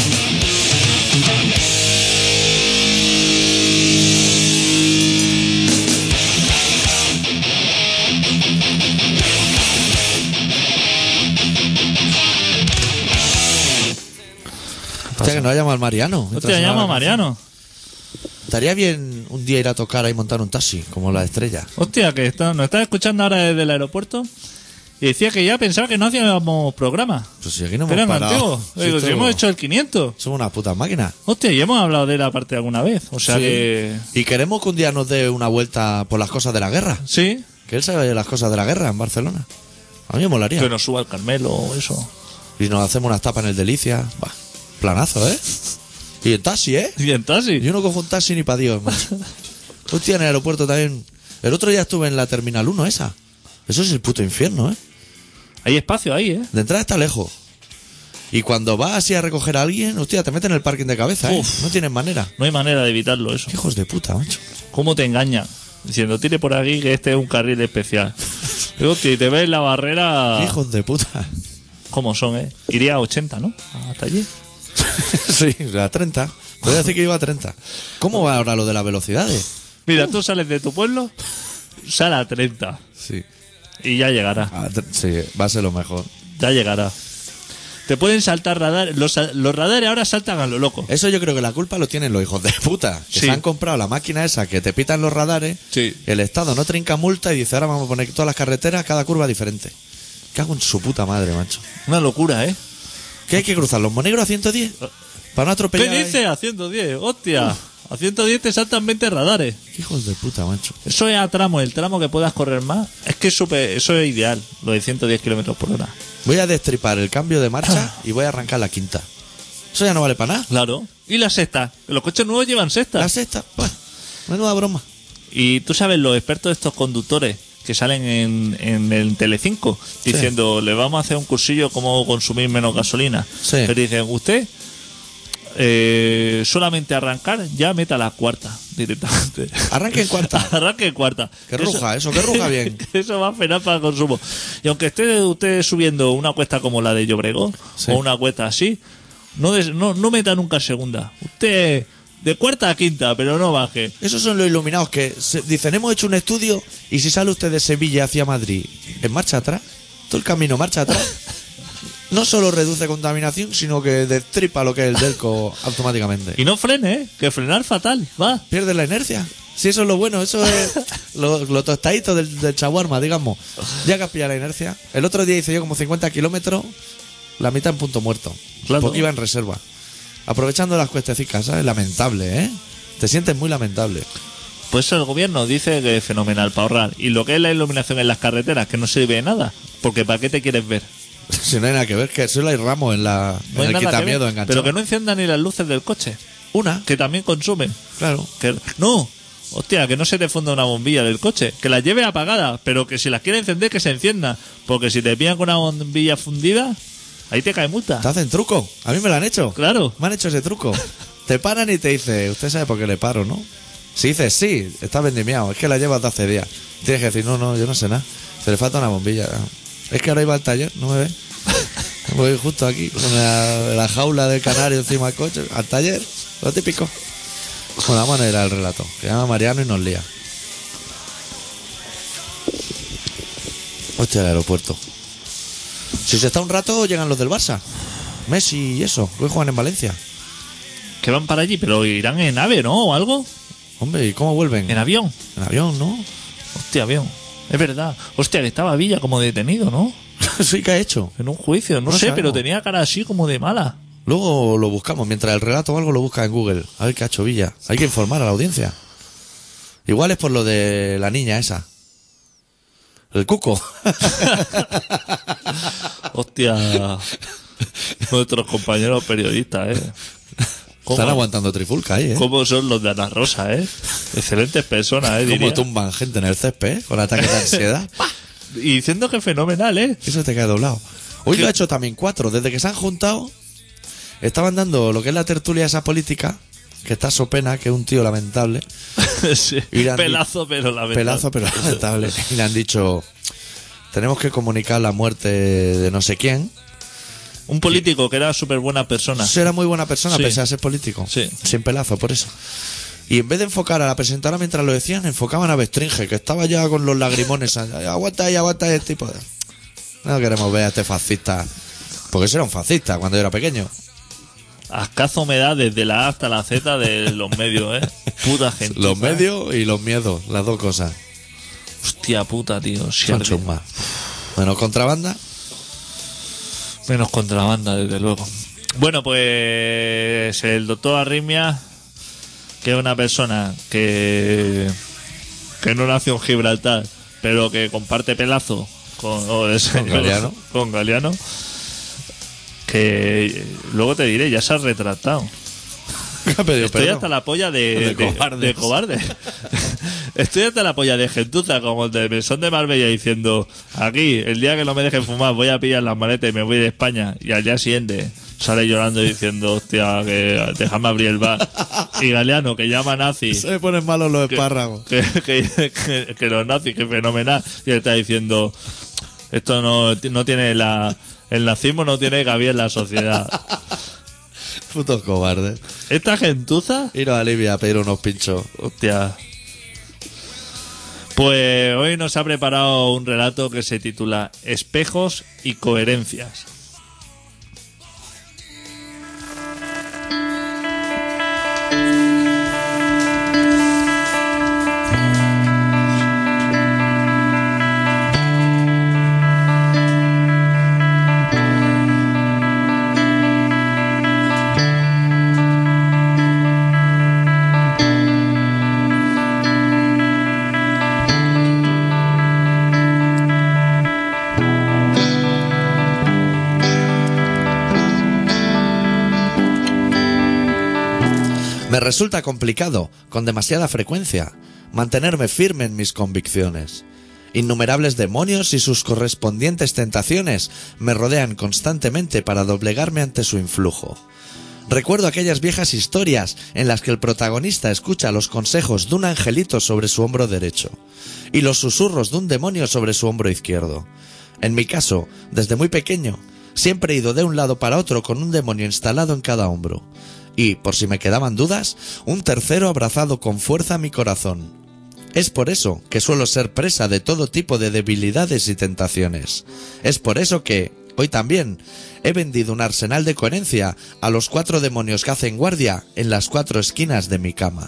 Hostia, que no llama al Mariano. Hostia, llama a Mariano. Estaría bien un día ir a tocar ahí y montar un taxi, como la estrella. Hostia, que nos está escuchando ahora desde el aeropuerto y decía que ya pensaba que no hacíamos programa. Pues si aquí no Que hemos eran parado. antiguos. Sí, Digo, si todo- hemos hecho el 500. Somos unas putas máquinas. Hostia, y hemos hablado de él aparte alguna vez. O sea Sí. que... Y queremos que un día nos dé una vuelta por las cosas de la guerra. Sí, Que él sabe las cosas de la guerra en Barcelona. A mí me molaría. que nos suba el Carmelo o eso. Y nos hacemos unas tapas en el Delicia. Bah, planazo, ¿eh? Y en taxi, ¿eh? Y en taxi. Yo no cojo un taxi ni para Dios, macho. Hostia, en el aeropuerto también. El otro día estuve en la Terminal 1 esa. Eso es el puto infierno, ¿eh? Hay espacio ahí, ¿eh? De entrada está lejos. Y cuando vas así a recoger a alguien, hostia, te meten en el parking de cabeza, ¿eh? Uf. No tienes manera. No hay manera de evitarlo eso. Qué hijos de puta, macho. ¿Cómo te engañan? Diciendo, tire por aquí que este es un carril especial. Y hostia, y te ves la barrera... Qué hijos de puta. ¿Cómo son, eh? Iría a 80, ¿no? Hasta allí. Sí, a 30. Podría decir que iba a 30. ¿Cómo va ahora lo de las velocidades? Mira, tú sales de tu pueblo, sale a 30 Sí. y ya llegará. Sí, va a ser lo mejor. Ya llegará. Te pueden saltar radares. Los radares ahora saltan a lo loco. Eso yo creo que la culpa lo tienen los hijos de puta. Que Sí. se han comprado la máquina esa que te pitan los radares. Sí. El Estado no trinca multa y dice, ahora vamos a poner todas las carreteras, cada curva diferente. Cago en su puta madre, macho. Una locura, ¿eh? ¿Qué hay que cruzar? ¿Los monegros a 110? Para no ¿Qué atropellar. ahí. dices? A 110. Hostia. A 110 te saltan 20 radares. Qué hijos de puta, macho. Eso es a tramo. El tramo que puedas correr más. Es que eso es ideal. Lo de 110 kilómetros por hora. Voy a destripar el cambio de marcha y voy a arrancar la quinta. Eso ya no vale para nada. Claro. Y la sexta. Los coches nuevos llevan sexta. La sexta, bueno, menuda broma. Y tú sabes, los expertos de estos conductores que salen en el Telecinco diciendo, le vamos a hacer un cursillo cómo consumir menos gasolina. Sí. Pero dicen, usted solamente arrancar, ya meta la cuarta directamente. Arranque en cuarta. Arranque en cuarta. Que ruja, eso, que ruja bien. Que eso va a frenar para el consumo. Y aunque esté usted subiendo una cuesta como la de Llobregón, Sí. o una cuesta así, no meta nunca segunda. Usted de cuarta a quinta, pero no baje. Esos son los iluminados que dicen, hemos hecho un estudio y si sale usted de Sevilla hacia Madrid en marcha atrás, todo el camino marcha atrás, no solo reduce contaminación, sino que destripa lo que es el delco automáticamente. Y no frene, ¿eh? Que frenar fatal, va. Pierde la inercia. Sí, eso es lo bueno, eso es lo tostadito del chaguarma, digamos. Ya que has pillado la inercia. El otro día hice yo como 50 kilómetros, la mitad en punto muerto. Claro. Porque iba en reserva. Aprovechando las cuestecicas, ¿sabes? Lamentable, ¿eh? Te sientes muy lamentable. Pues el gobierno dice que es fenomenal para ahorrar. Y lo que es la iluminación en las carreteras, que no sirve de nada. Porque ¿para qué te quieres ver? Si no hay nada que ver, que solo hay ramos en, No hay en el nada que quitamiedo ver. enganchado. Pero que no enciendan ni las luces del coche, Una, que también consumen. claro. Que no, hostia, que no se te funda una bombilla del coche, que las lleve apagadas, pero que si las quiere encender que se encienda, porque si te pillan con una bombilla fundida, ahí te cae multa. Te hacen truco. A mí me lo han hecho. Claro. Me han hecho ese truco. Te paran y te dice, usted sabe por qué le paro, ¿no? Si dices, sí, está vendimiado, es que la llevas de hace días. Tienes que decir, no, yo no sé nada. Se le falta una bombilla. Es que ahora iba al taller, ¿no me ve? Voy justo aquí, con la jaula del canario encima del coche, al taller, lo típico. Bueno, vamos a ir al relato. Que llama Mariano y nos lía. Hostia, el aeropuerto. Si se está un rato, llegan los del Barça. Messi y eso, que hoy juegan en Valencia. Que van para allí, pero irán en ave, ¿no? O algo. Hombre, ¿y cómo vuelven? En avión. En avión, ¿no? Hostia, avión. Es verdad. Hostia, que estaba Villa como detenido, ¿no? Sí, ¿qué ha hecho? En un juicio. No No sé, sabemos. pero tenía cara así como de mala. Luego lo buscamos, mientras el relato o algo lo busca en Google. A ver qué ha hecho Villa. Hay que informar a la audiencia. Igual es por lo de la niña esa. El cuco. Hostia. Nuestros compañeros periodistas, Están aguantando trifulca ahí, ¿Cómo son los de Ana Rosa, Excelentes personas, Cómo diría. tumban gente en el césped, con ataques de ansiedad. Y diciendo que fenomenal, Eso te cae doblado. Hoy lo ha hecho también 4. Desde que se han juntado, estaban dando lo que es la tertulia esa política, que está Sopena, que es un tío lamentable. Sí. Y le han Pelazo, pero lamentable. Pelazo, pero lamentable. Y le han dicho, tenemos que comunicar la muerte de no sé quién. Un político que era súper buena persona. Era muy buena persona, Sí. pese a ser político. Sí. Sin pelazo, por eso. Y en vez de enfocar a la presentadora mientras lo decían, enfocaban a Bestringe, que estaba ya con los lagrimones. Aguanta ahí, el tipo. No queremos ver a este fascista. Porque ese era un fascista cuando yo era pequeño. Ascazo me da desde la A hasta la Z de los medios, Puta gente. Los medios y los miedos, las dos cosas. Hostia puta, tío. Son Siempre. chusmas. Menos contrabanda. Menos contrabanda, desde luego. Bueno, pues el doctor Arritmia, que es una persona que no nació en Gibraltar, pero que comparte pelazo con Galeano, que luego te diré, ya se ha retratado. Ha pedido Estoy perdón. hasta la polla de cobarde. Estoy hasta la polla de gentuza, como el de Mesón de Marbella, diciendo: aquí, el día que no me dejen fumar, voy a pillar las maletas y me voy de España. Y al día siguiente sale llorando diciendo: hostia, que déjame abrir el bar. Y Galeano, que llama nazi, Se me ponen malos los espárragos. que los nazis, que fenomenal. Y él está diciendo: esto no tiene el nazismo no tiene cabida en la sociedad. Putos cobardes. Esta gentuza, Iros a Libia a pedir unos pinchos. hostia. Pues hoy nos ha preparado un relato que se titula Espejos y coherencias. Me resulta complicado, con demasiada frecuencia, mantenerme firme en mis convicciones. Innumerables demonios y sus correspondientes tentaciones me rodean constantemente para doblegarme ante su influjo. Recuerdo aquellas viejas historias en las que el protagonista escucha los consejos de un angelito sobre su hombro derecho y los susurros de un demonio sobre su hombro izquierdo. En mi caso, desde muy pequeño, siempre he ido de un lado para otro con un demonio instalado en cada hombro. Y, por si me quedaban dudas, un tercero abrazado con fuerza a mi corazón. Es por eso que suelo ser presa de todo tipo de debilidades y tentaciones. Es por eso que, hoy también, he vendido un arsenal de coherencia a los 4 demonios que hacen guardia en las 4 esquinas de mi cama.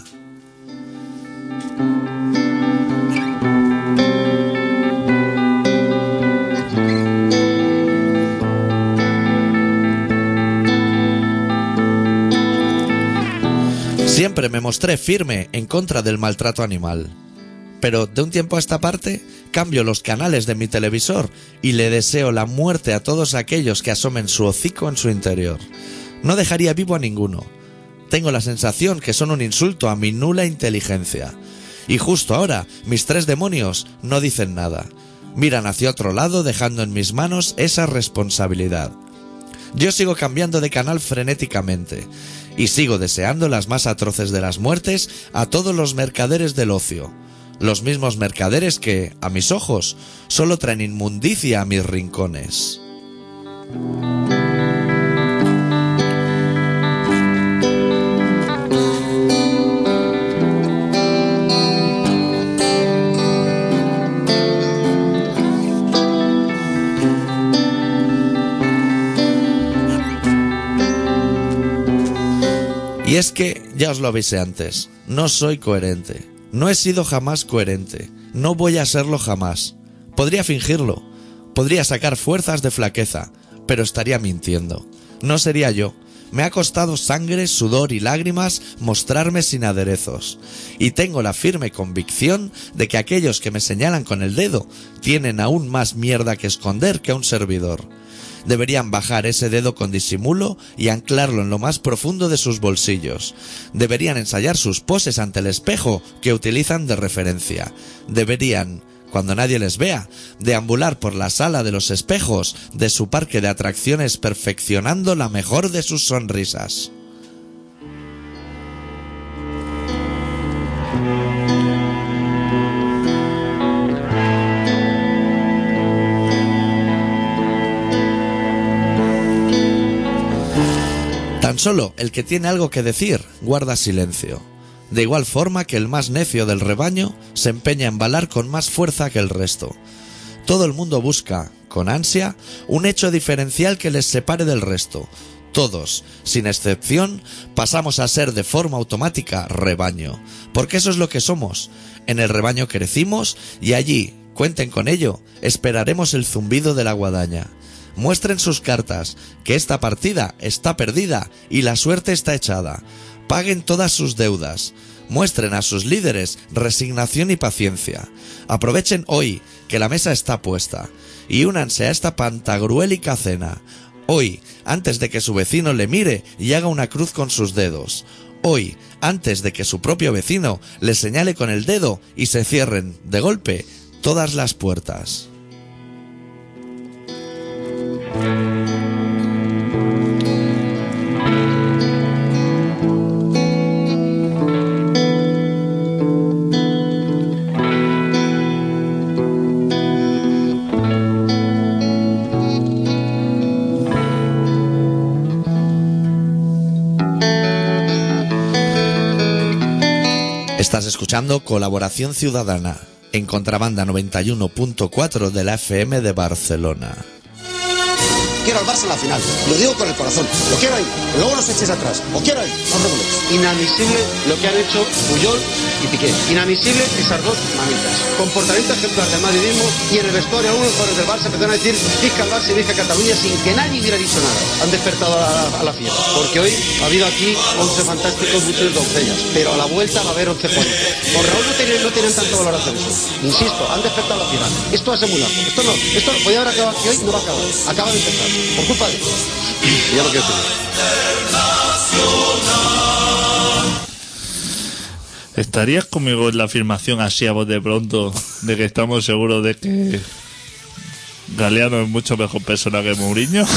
Siempre me mostré firme en contra del maltrato animal. Pero de un tiempo a esta parte, cambio los canales de mi televisor y le deseo la muerte a todos aquellos que asomen su hocico en su interior. No dejaría vivo a ninguno. Tengo la sensación que son un insulto a mi nula inteligencia. Y justo ahora, mis 3 demonios no dicen nada. Miran hacia otro lado dejando en mis manos esa responsabilidad. Yo sigo cambiando de canal frenéticamente y sigo deseando las más atroces de las muertes a todos los mercaderes del ocio. Los mismos mercaderes que, a mis ojos, solo traen inmundicia a mis rincones. Y es que, ya os lo avisé antes, no soy coherente. No he sido jamás coherente. No voy a serlo jamás. Podría fingirlo. Podría sacar fuerzas de flaqueza. Pero estaría mintiendo. No sería yo. Me ha costado sangre, sudor y lágrimas mostrarme sin aderezos. Y tengo la firme convicción de que aquellos que me señalan con el dedo tienen aún más mierda que esconder que a un servidor. Deberían bajar ese dedo con disimulo y anclarlo en lo más profundo de sus bolsillos. Deberían ensayar sus poses ante el espejo que utilizan de referencia. Deberían, cuando nadie les vea, deambular por la sala de los espejos de su parque de atracciones perfeccionando la mejor de sus sonrisas. Tan solo el que tiene algo que decir guarda silencio. De igual forma que el más necio del rebaño se empeña en balar con más fuerza que el resto. Todo el mundo busca, con ansia, un hecho diferencial que les separe del resto. Todos, sin excepción, pasamos a ser de forma automática rebaño. Porque eso es lo que somos. En el rebaño crecimos y allí, cuenten con ello, esperaremos el zumbido de la guadaña. Muestren sus cartas, que esta partida está perdida y la suerte está echada. Paguen todas sus deudas. Muestren a sus líderes resignación y paciencia. Aprovechen hoy, que la mesa está puesta, y únanse a esta pantagruélica cena. Hoy, antes de que su vecino le mire y haga una cruz con sus dedos. Hoy, antes de que su propio vecino le señale con el dedo y se cierren, de golpe, todas las puertas. Estás escuchando Colaboración Ciudadana en Contrabanda 91.4 de la FM de Barcelona. Quiero al Barça en la final, lo digo con el corazón, lo quiero ahí, luego nos eches atrás, lo quiero ahí, no remoléis. Inadmisible lo que han hecho Puyol y Piqué. Inadmisible esas dos mamitas. Comportamiento ejemplar del madridismo y en el vestuario algunos jugadores del Barça empezaron a decir Vizca el Barça y Vizca Cataluña sin que nadie hubiera dicho nada. Han despertado a la fiesta. Porque hoy ha habido aquí 11 fantásticos, muchos doncellas. Pero a la vuelta va a haber 11 jóvenes. Por Raúl no tienen tanto valor hacer eso. Insisto, han despertado a la fiesta. Esto va a ser muy largo. Esto podía haber acabado aquí hoy, no va a acabar. Acaba de empezar. Por culpa de ellos. Y ya lo quiero decir. ¿Estarías conmigo en la afirmación así a voz de pronto de que estamos seguros de que Galeano es mucho mejor persona que Mourinho?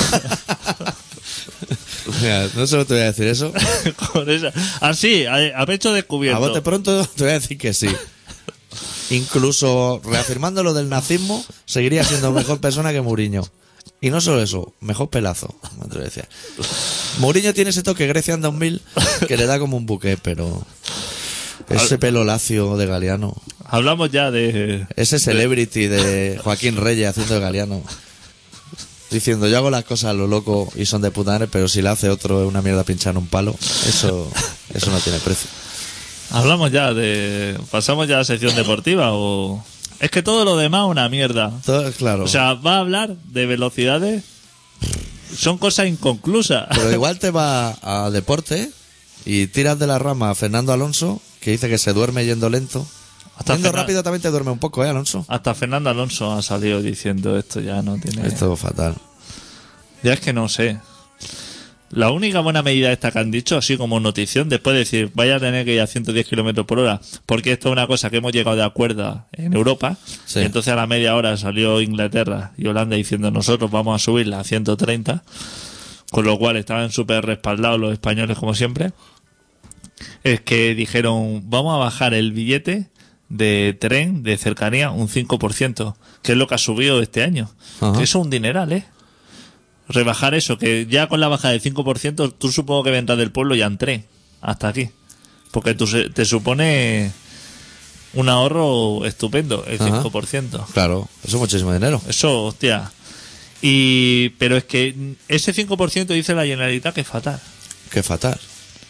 Mira, no solo te voy a decir eso. Con esa, así, a pecho descubierto. A bote pronto te voy a decir que sí. Incluso reafirmando lo del nazismo, seguiría siendo mejor persona que Mourinho. Y no solo eso, mejor pelazo, me atrevo a decir. Mourinho tiene ese toque Grecia en 2000 que le da como un buque, pero ese pelo lacio de Galeano, Hablamos ya de... ese celebrity de Joaquín Reyes haciendo de Galeano, diciendo yo hago las cosas a lo loco y son de puta madre, pero si la hace otro es una mierda pinchar un palo. Eso no tiene precio. Hablamos ya de... ¿Pasamos ya a la sección deportiva o...? Es que todo lo demás es una mierda. Todo, claro. O sea, va a hablar de velocidades. Son cosas inconclusas. Pero igual te va a deporte y tiras de la rama a Fernando Alonso, que dice que se duerme yendo lento. Yendo rápido también te duerme un poco, Alonso. Hasta Fernando Alonso ha salido diciendo esto ya no tiene... Esto es fatal. Ya es que no sé. La única buena medida esta que han dicho, así como notición, después de decir, vaya a tener que ir a 110 kilómetros por hora, porque esto es una cosa que hemos llegado de acuerdo en Europa, Sí. y entonces a la media hora salió Inglaterra y Holanda diciendo, nosotros vamos a subirla a 130, con lo cual estaban súper respaldados los españoles como siempre, es que dijeron, vamos a bajar el billete de tren de cercanía un 5%, que es lo que ha subido este año. Ajá. Que eso es un dineral, rebajar eso, que ya con la bajada del 5%, tú supongo que vendrás del pueblo ya en tren, hasta aquí. Porque te supone un ahorro estupendo, el Ajá. 5%. Claro, eso es muchísimo dinero. Eso, hostia. Pero es que ese 5% dice la Generalitat que es fatal. Qué fatal.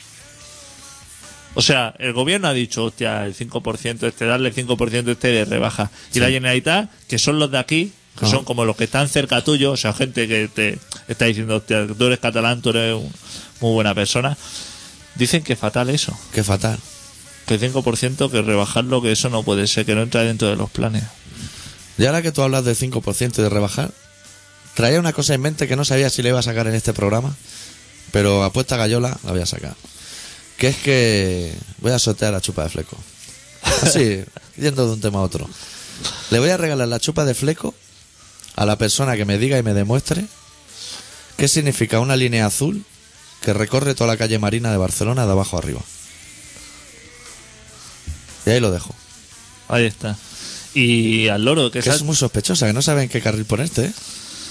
O sea, el gobierno ha dicho, hostia, el 5% darle el 5% de rebaja. Y la Generalitat, que son los de aquí, que son como los que están cerca tuyo, o sea, gente que te está diciendo, hostia, tú eres catalán, tú eres muy buena persona. Dicen que es fatal eso, Qué fatal. que el 5%, que rebajarlo, que eso no puede ser, que no entra dentro de los planes. Y ahora que tú hablas del 5% y de rebajar, traía una cosa en mente que no sabía si le iba a sacar en este programa, pero apuesta a gallola la voy a sacar. Que es que voy a sortear la chupa de fleco. Así, yendo de un tema a otro. Le voy a regalar la chupa de fleco a la persona que me diga y me demuestre qué significa una línea azul que recorre toda la calle Marina de Barcelona de abajo a arriba. Y ahí lo dejo. Ahí está. Y al loro, que Que es muy sospechosa, que no saben en qué carril ponerte, ¿eh?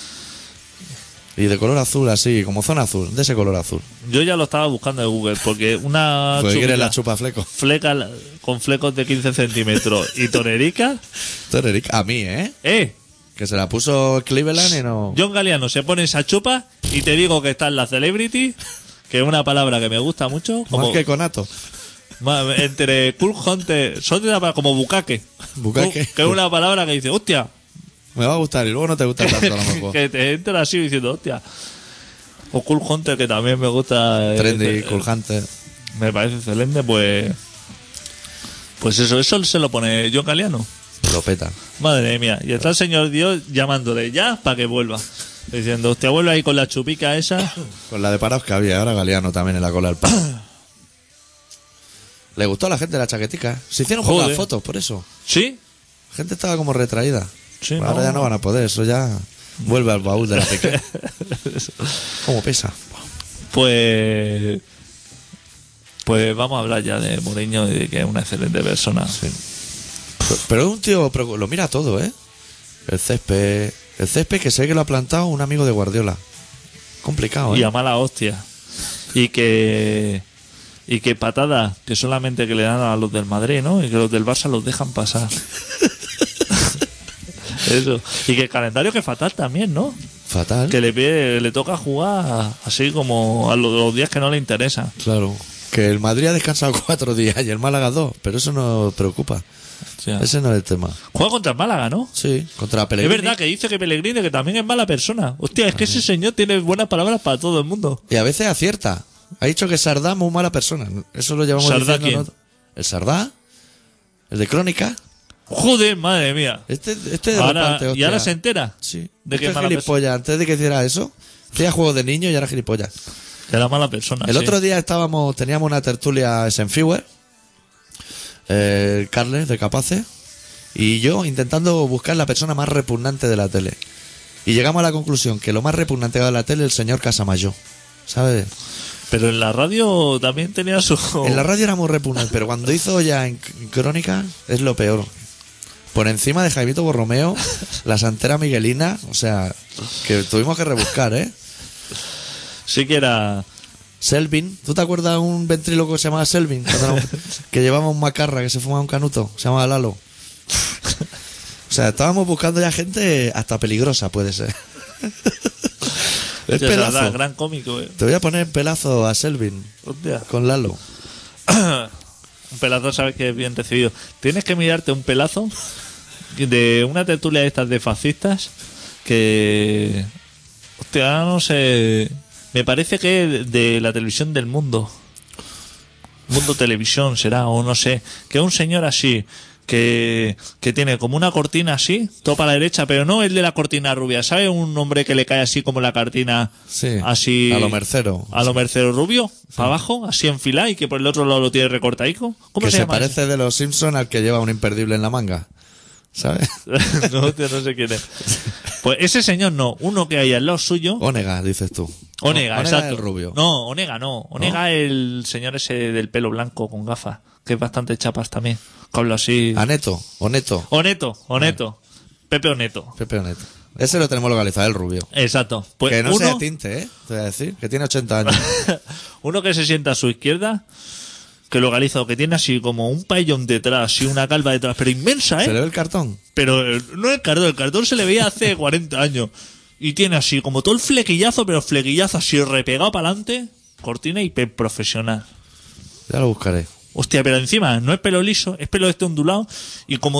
Y de color azul así, como zona azul, de ese color azul. yo ya lo estaba buscando en Google, porque una Porque quieres chupita la chupa fleco. con flecos de 15 centímetros y tonerica, Tú eres Eric. A mí, ¿eh? Que se la puso Cleveland y no... John Galliano se pone esa chupa y te digo que está en la Celebrity, que es una palabra que me gusta mucho, como Más que conato. entre Cool Hunter, son de la palabra como bucaque. Bucaque. Que es una palabra que dice, hostia, Me va a gustar y luego no te gusta tanto a lo mejor. que te entra así diciendo, hostia. O Cool Hunter, que también me gusta. Trendy, Cool Hunter. Me parece excelente, pues eso se lo pone John Galliano. Lo peta. Madre mía. Y está el señor Dios llamándole ya para que vuelva. Diciendo, hostia, vuelve ahí con la chupica esa. Con la de parados que había, ahora Galeano también en la cola del palo. Le gustó a la gente la chaquetica, ¿eh? Se hicieron Joder. pocas fotos, por eso. ¿Sí? La gente estaba como retraída. Sí, Ahora no. ya no van a poder, eso ya vuelve al baúl de la pequeña. ¿Cómo pesa? Pues vamos a hablar ya de Mourinho y de que es una excelente persona. Pero es un tío, lo mira todo, ¿eh? El césped que sé que lo ha plantado un amigo de Guardiola. Complicado, ¿eh? Y a mala hostia. Y que patadas que solamente que le dan a los del Madrid, ¿no? Y que los del Barça los dejan pasar. Eso. Y que el calendario que es fatal también, ¿no? Fatal. Que le toca jugar así como a los días que no le interesan. Claro. Que el Madrid ha descansado 4 días y el Málaga 2, pero eso no preocupa. O sea, Ese no es el tema. juega contra el Málaga, ¿no? Sí, contra Es Pellegrini. verdad que dice que Pellegrini que también es mala persona. Hostia, es que ese señor tiene buenas palabras para todo el mundo. Y a veces acierta. Ha dicho que Sardá es muy mala persona. Eso lo llevamos ¿Sardá diciendo, quién? ¿no? ¿El Sardá? ¿El de Crónica? Joder, madre mía. Este de Ahora, repente, y hostia. ahora se entera Sí. de que Este es mala gilipollas. Antes de que hiciera eso, hacía juegos de niño y era gilipollas. que era mala persona. El sí. otro día teníamos una tertulia Senfiwer, Carles de Capaces, y yo intentando buscar la persona más repugnante de la tele. Y llegamos a la conclusión que lo más repugnante de la tele es el señor Casamayor. ¿Sabes? Pero en la radio también tenía su... En la radio era muy repugnante, pero cuando hizo ya en Crónica es lo peor. Por encima de Jaimito Borromeo, la santera Miguelina, o sea, que tuvimos que rebuscar, ¿eh? Sí que era... Selvin, ¿tú te acuerdas de un ventríloco que se llamaba Selvin? Que llevaba un macarra, que se fumaba un canuto, se llamaba Lalo. O sea, estábamos buscando ya gente hasta peligrosa, puede ser. Es Hostia, pelazo. Sardá, gran cómico, Te voy a poner en pelazo a Selvin Hostia. con Lalo. Un pelazo, sabes que es bien recibido. Tienes que mirarte un pelazo de una tertulia de estas de fascistas que... Hostia, no sé... Me parece que es de la televisión del Mundo. Mundo Televisión será, o no sé. Que es un señor así... Que tiene como una cortina así, todo para la derecha, pero no el de la cortina rubia. ¿Sabe un hombre que le cae así como la cortina? Sí, así. a lo mercero. A lo mercero rubio, para abajo, así enfilado, y que por el otro lado lo tiene recortadico. ¿Cómo Que se se llama? parece de los Simpsons al que lleva un imperdible en la manga. ¿Sabes? No, tío, no sé quién es. Pues ese señor no, uno que hay al lado suyo. Onega, dices tú. Onega, exacto. es el rubio. No, Onega no. Onega es el señor ese del pelo blanco con gafas, que es bastante chapas también. Que habla así. Aneto, Oneto. Oneto. Pepe Oneto. Pepe Oneto. Ese lo tenemos localizado, el rubio. Exacto. Pues Que no uno, sea de tinte, ¿eh? Te voy a decir. Que tiene 80 años. uno que se sienta a su izquierda, que localiza, que tiene así como un paellón detrás y una calva detrás, pero inmensa, ¿Se ¿eh? le ve el cartón? Pero no el cartón se le veía hace 40 años. Y tiene así como todo el flequillazo, pero flequillazo así repegado para adelante, cortina hiper profesional. Ya lo buscaré. Hostia, pero encima no es pelo liso, es pelo este ondulado y como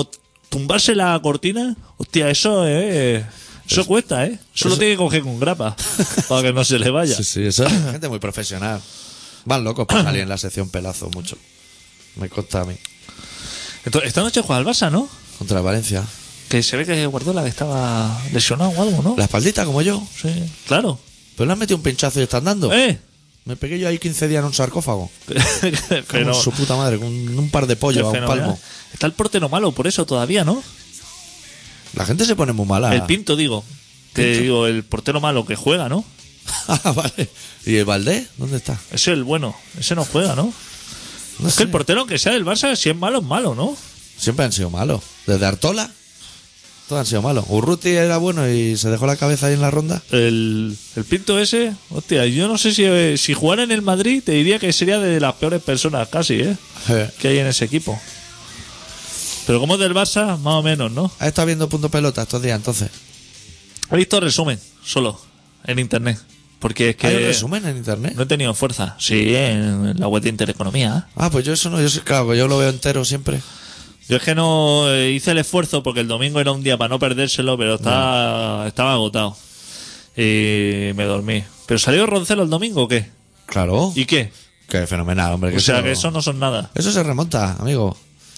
tumbarse la cortina, hostia, eso cuesta, ¿eh? Eso lo tiene que coger con grapa para que no se le vaya. Sí, sí, eso es gente muy profesional. Van locos por salir en la sección pelazo mucho. Me consta a mí. Entonces, esta noche juega el Barça, ¿no? Contra el Valencia. Que se ve que Guardiola que estaba lesionado o algo, ¿no? La espaldita como yo. Sí, claro. Pero le han metido un pinchazo y están dando. ¡Eh! Me pegué yo ahí 15 días en un sarcófago. Pero Con su puta madre, con un par de pollos a un fenomenal. palmo. Está el portero malo por eso todavía, ¿no? La gente se pone muy mala. El Pinto, digo. Que digo, el portero malo que juega, ¿no? Ah, vale. ¿Y el Valdés? ¿Dónde está? Ese es el bueno. Ese no juega, ¿no? No Es sé. que el portero, aunque sea del Barça, si es malo, ¿no? Siempre han sido malos. Desde Artola, todos han sido malos. Urruti era bueno y se dejó la cabeza ahí en la ronda. El Pinto ese, hostia, yo no sé si jugara en el Madrid, te diría que sería de las peores personas casi, que hay en ese equipo. Pero como es del Barça, más o menos, ¿no? ¿Has estado viendo Punto Pelota estos días entonces? He visto resumen, solo, en internet. Porque es que ¿Hay un resumen en internet? no he tenido fuerza. Sí, en la web de Intereconomía. Ah, pues yo eso no, claro, yo lo veo entero siempre. Yo es que no hice el esfuerzo porque el domingo era un día para no perdérselo, pero estaba agotado. Y me dormí. ¿Pero salió Roncero el domingo o qué? Claro. ¿Y qué? Qué fenomenal, hombre. O sea, que eso no son nada. Eso se remonta, amigo.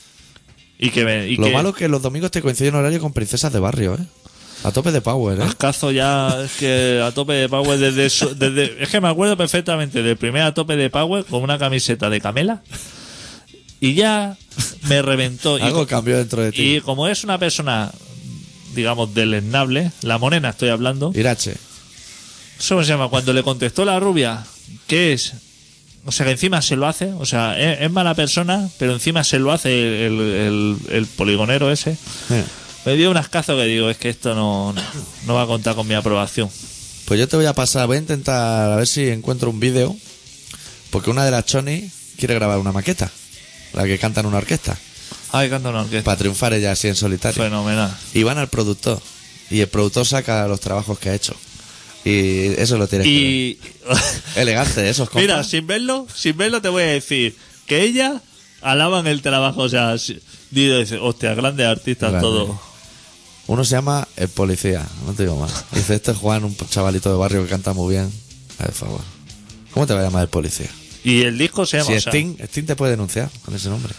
Lo malo es que los domingos te coincide un horario con princesas de barrio, ¿eh? A tope de power, ¿eh? Ascazo ya, es que a tope de Power desde es que me acuerdo perfectamente del primer a tope de Power con una camiseta de Camela y ya me reventó. Algo cambió dentro de ti. Y como es una persona, digamos, deleznable, la morena estoy hablando, Irache. ¿eso cómo se llama? Cuando le contestó la rubia, ¿qué es? O sea, que encima se lo hace, o sea, es mala persona, pero encima se lo hace el poligonero ese. Me dio un ascazo que digo, es que esto no va a contar con mi aprobación. Pues yo te voy a pasar, voy a intentar a ver si encuentro un vídeo, porque una de las Choni quiere grabar una maqueta, la que canta en una orquesta, Ay, canta una orquesta. para triunfar ella así en solitario. Fenomenal. Y van al productor, y el productor saca los trabajos que ha hecho. Y eso lo tienes que Y ver. Elegante, esos compas. mira, sin verlo te voy a decir que ella alaban el trabajo, o sea, dice, hostia, grandes artistas Grande. todos. Uno se llama El Policía, no te digo más. Dice, este es Juan, un chavalito de barrio que canta muy bien. Por favor. ¿Cómo te va a llamar El Policía? Y el disco se llama, Si o sea, Sting te puede denunciar con ese nombre.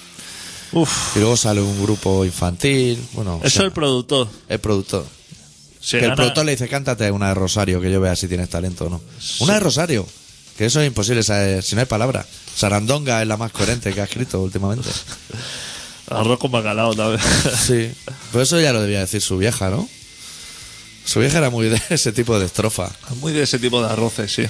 uf, Y luego sale un grupo infantil. Bueno, eso es el productor. el productor. Se Que el gana- productor le dice, cántate una de Rosario, que yo vea si tienes talento o no. Una de Rosario. Que eso es imposible saber, si no hay palabra. Sarandonga es la más coherente que ha escrito últimamente. Arroz con bacalao también. Sí. Pero eso ya lo debía decir su vieja, ¿no? Su vieja era muy de ese tipo de estrofa. Muy de ese tipo de arroces, sí.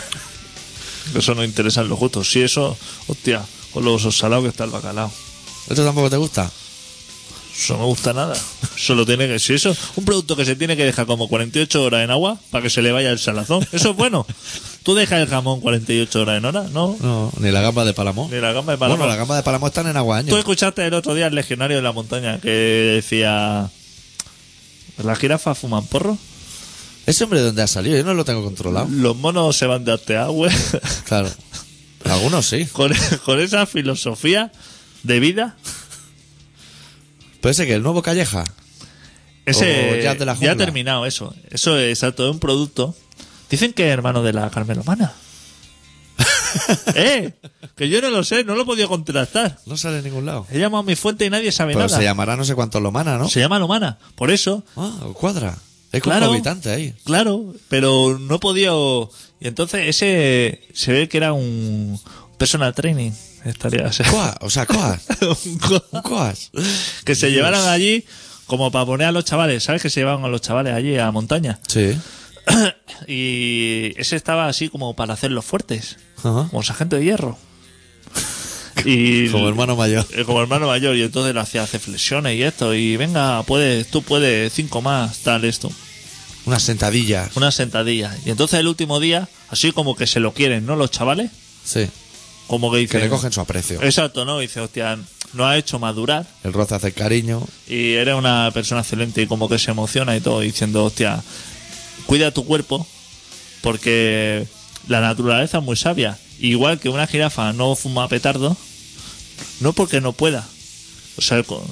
Eso no interesa en los gustos. Sí, eso, hostia, con los salados que está el bacalao. ¿Esto tampoco te gusta? Eso no me gusta nada. Solo tiene que, si eso, un producto que se tiene que dejar como 48 horas en agua para que se le vaya el salazón. Eso es bueno. Tú dejas el jamón 48 horas en hora, ¿no? No, ni la gamba de Palamo. Ni la gamba de Palamo. Bueno, la gamba de Palamo están en agua Tú años. escuchaste el otro día el legionario de la montaña que decía, ¿las jirafas fuman porro? Ese hombre de dónde ha salido, yo no lo tengo controlado. Los monos se van de Arteagüe. Claro. Algunos sí. con esa filosofía de vida. Puede ser que el nuevo Calleja. Ese O Jazz de la ya Jungla. ha terminado eso. Eso es exacto, es un producto. Dicen que es hermano de la Carmelomana. Que yo no lo sé, no lo he podido contrastar. No sale en ningún lado. He llamado a mi fuente y nadie sabe Pero nada. se llamará no sé cuánto Lomana, ¿no? Se llama Lomana. Por eso, Ah, cuadra. Es como Claro. un habitante ahí. claro, pero no he podido. Y entonces ese se ve que era un personal training. Estaría. Coas. Un co- Un coas. que se llevaran allí como para poner a los chavales. ¿Sabes que se llevaban a los chavales allí a montaña? Sí. Y ese estaba así como para hacerlos fuertes. Ajá. Como sargento de hierro. Y Como hermano mayor. como hermano mayor. Y entonces le hacía hacer flexiones y esto. Y venga, tú puedes 5 más, tal, esto. Unas sentadillas. Una sentadilla. Y entonces el último día, así como que se lo quieren, ¿no? Los chavales. Sí. Como que Que dicen. le cogen su aprecio. Exacto, ¿no? Dice, hostia, no ha hecho madurar. El roce hace cariño. Y eres una persona excelente. Y como que se emociona y todo. Diciendo, hostia, cuida tu cuerpo. Porque la naturaleza es muy sabia. Igual que una jirafa no fuma petardo, no porque no pueda. O sea,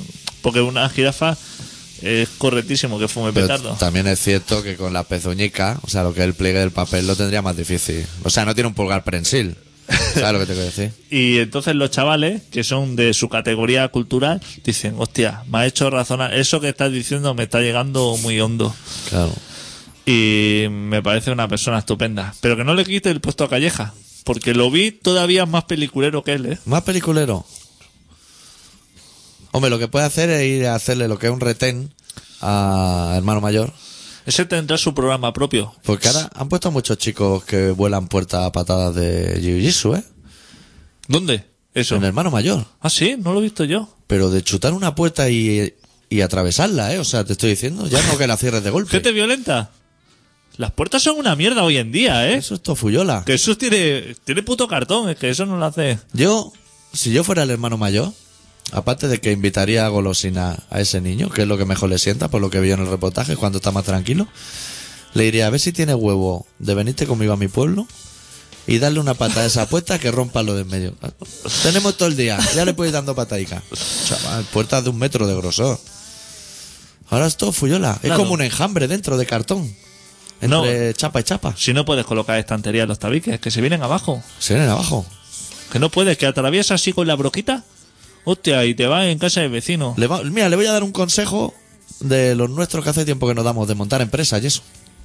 Porque una jirafa es correctísimo que fume Pero petardo. también es cierto que con la pezuñica, o sea, lo que es el pliegue del papel lo tendría más difícil. O sea, no tiene un pulgar prensil. ¿Sabes lo que te quiero decir? Y entonces los chavales, que son de su categoría cultural, dicen, hostia, me ha hecho razonar, eso que estás diciendo me está llegando muy hondo. Claro. Y me parece una persona estupenda. Pero que no le quite el puesto a Calleja, porque lo vi todavía más peliculero que él, ¿eh? Más peliculero. Hombre, lo que puede hacer es ir a hacerle lo que es un retén a hermano mayor. Ese tendrá su programa propio. Porque ahora han puesto a muchos chicos que vuelan puertas a patadas de jiu-jitsu, ¿eh? ¿Dónde? Eso. En hermano mayor. Ah, sí, no lo he visto yo. Pero de chutar una puerta y atravesarla, ¿eh? O sea, te estoy diciendo, ya no que la cierres de golpe. ¿Gente violenta? Las puertas son una mierda hoy en día, ¿eh? Eso es tofuyola. Que eso tiene puto cartón, es que eso no lo hace. Yo, si yo fuera el hermano mayor, aparte de que invitaría a golosina a ese niño, que es lo que mejor le sienta, por lo que vio en el reportaje, cuando está más tranquilo, le diría, a ver si tiene huevo de venirte conmigo a mi pueblo y darle una pata a esa puerta que rompa lo de en medio. Tenemos todo el día, ya le puedes ir dando patadica. Chaval, puertas de 1 metro de grosor. Ahora es todo fuyola. Es Claro. como un enjambre dentro de cartón. Entre chapa y chapa. Si no puedes colocar estantería en los tabiques, que se vienen abajo. Se vienen abajo. Que no puedes, que atraviesas así con la broquita. Hostia, y te vas en casa del vecino. Mira, le voy a dar un consejo de los nuestros que hace tiempo que nos damos de montar empresas y eso.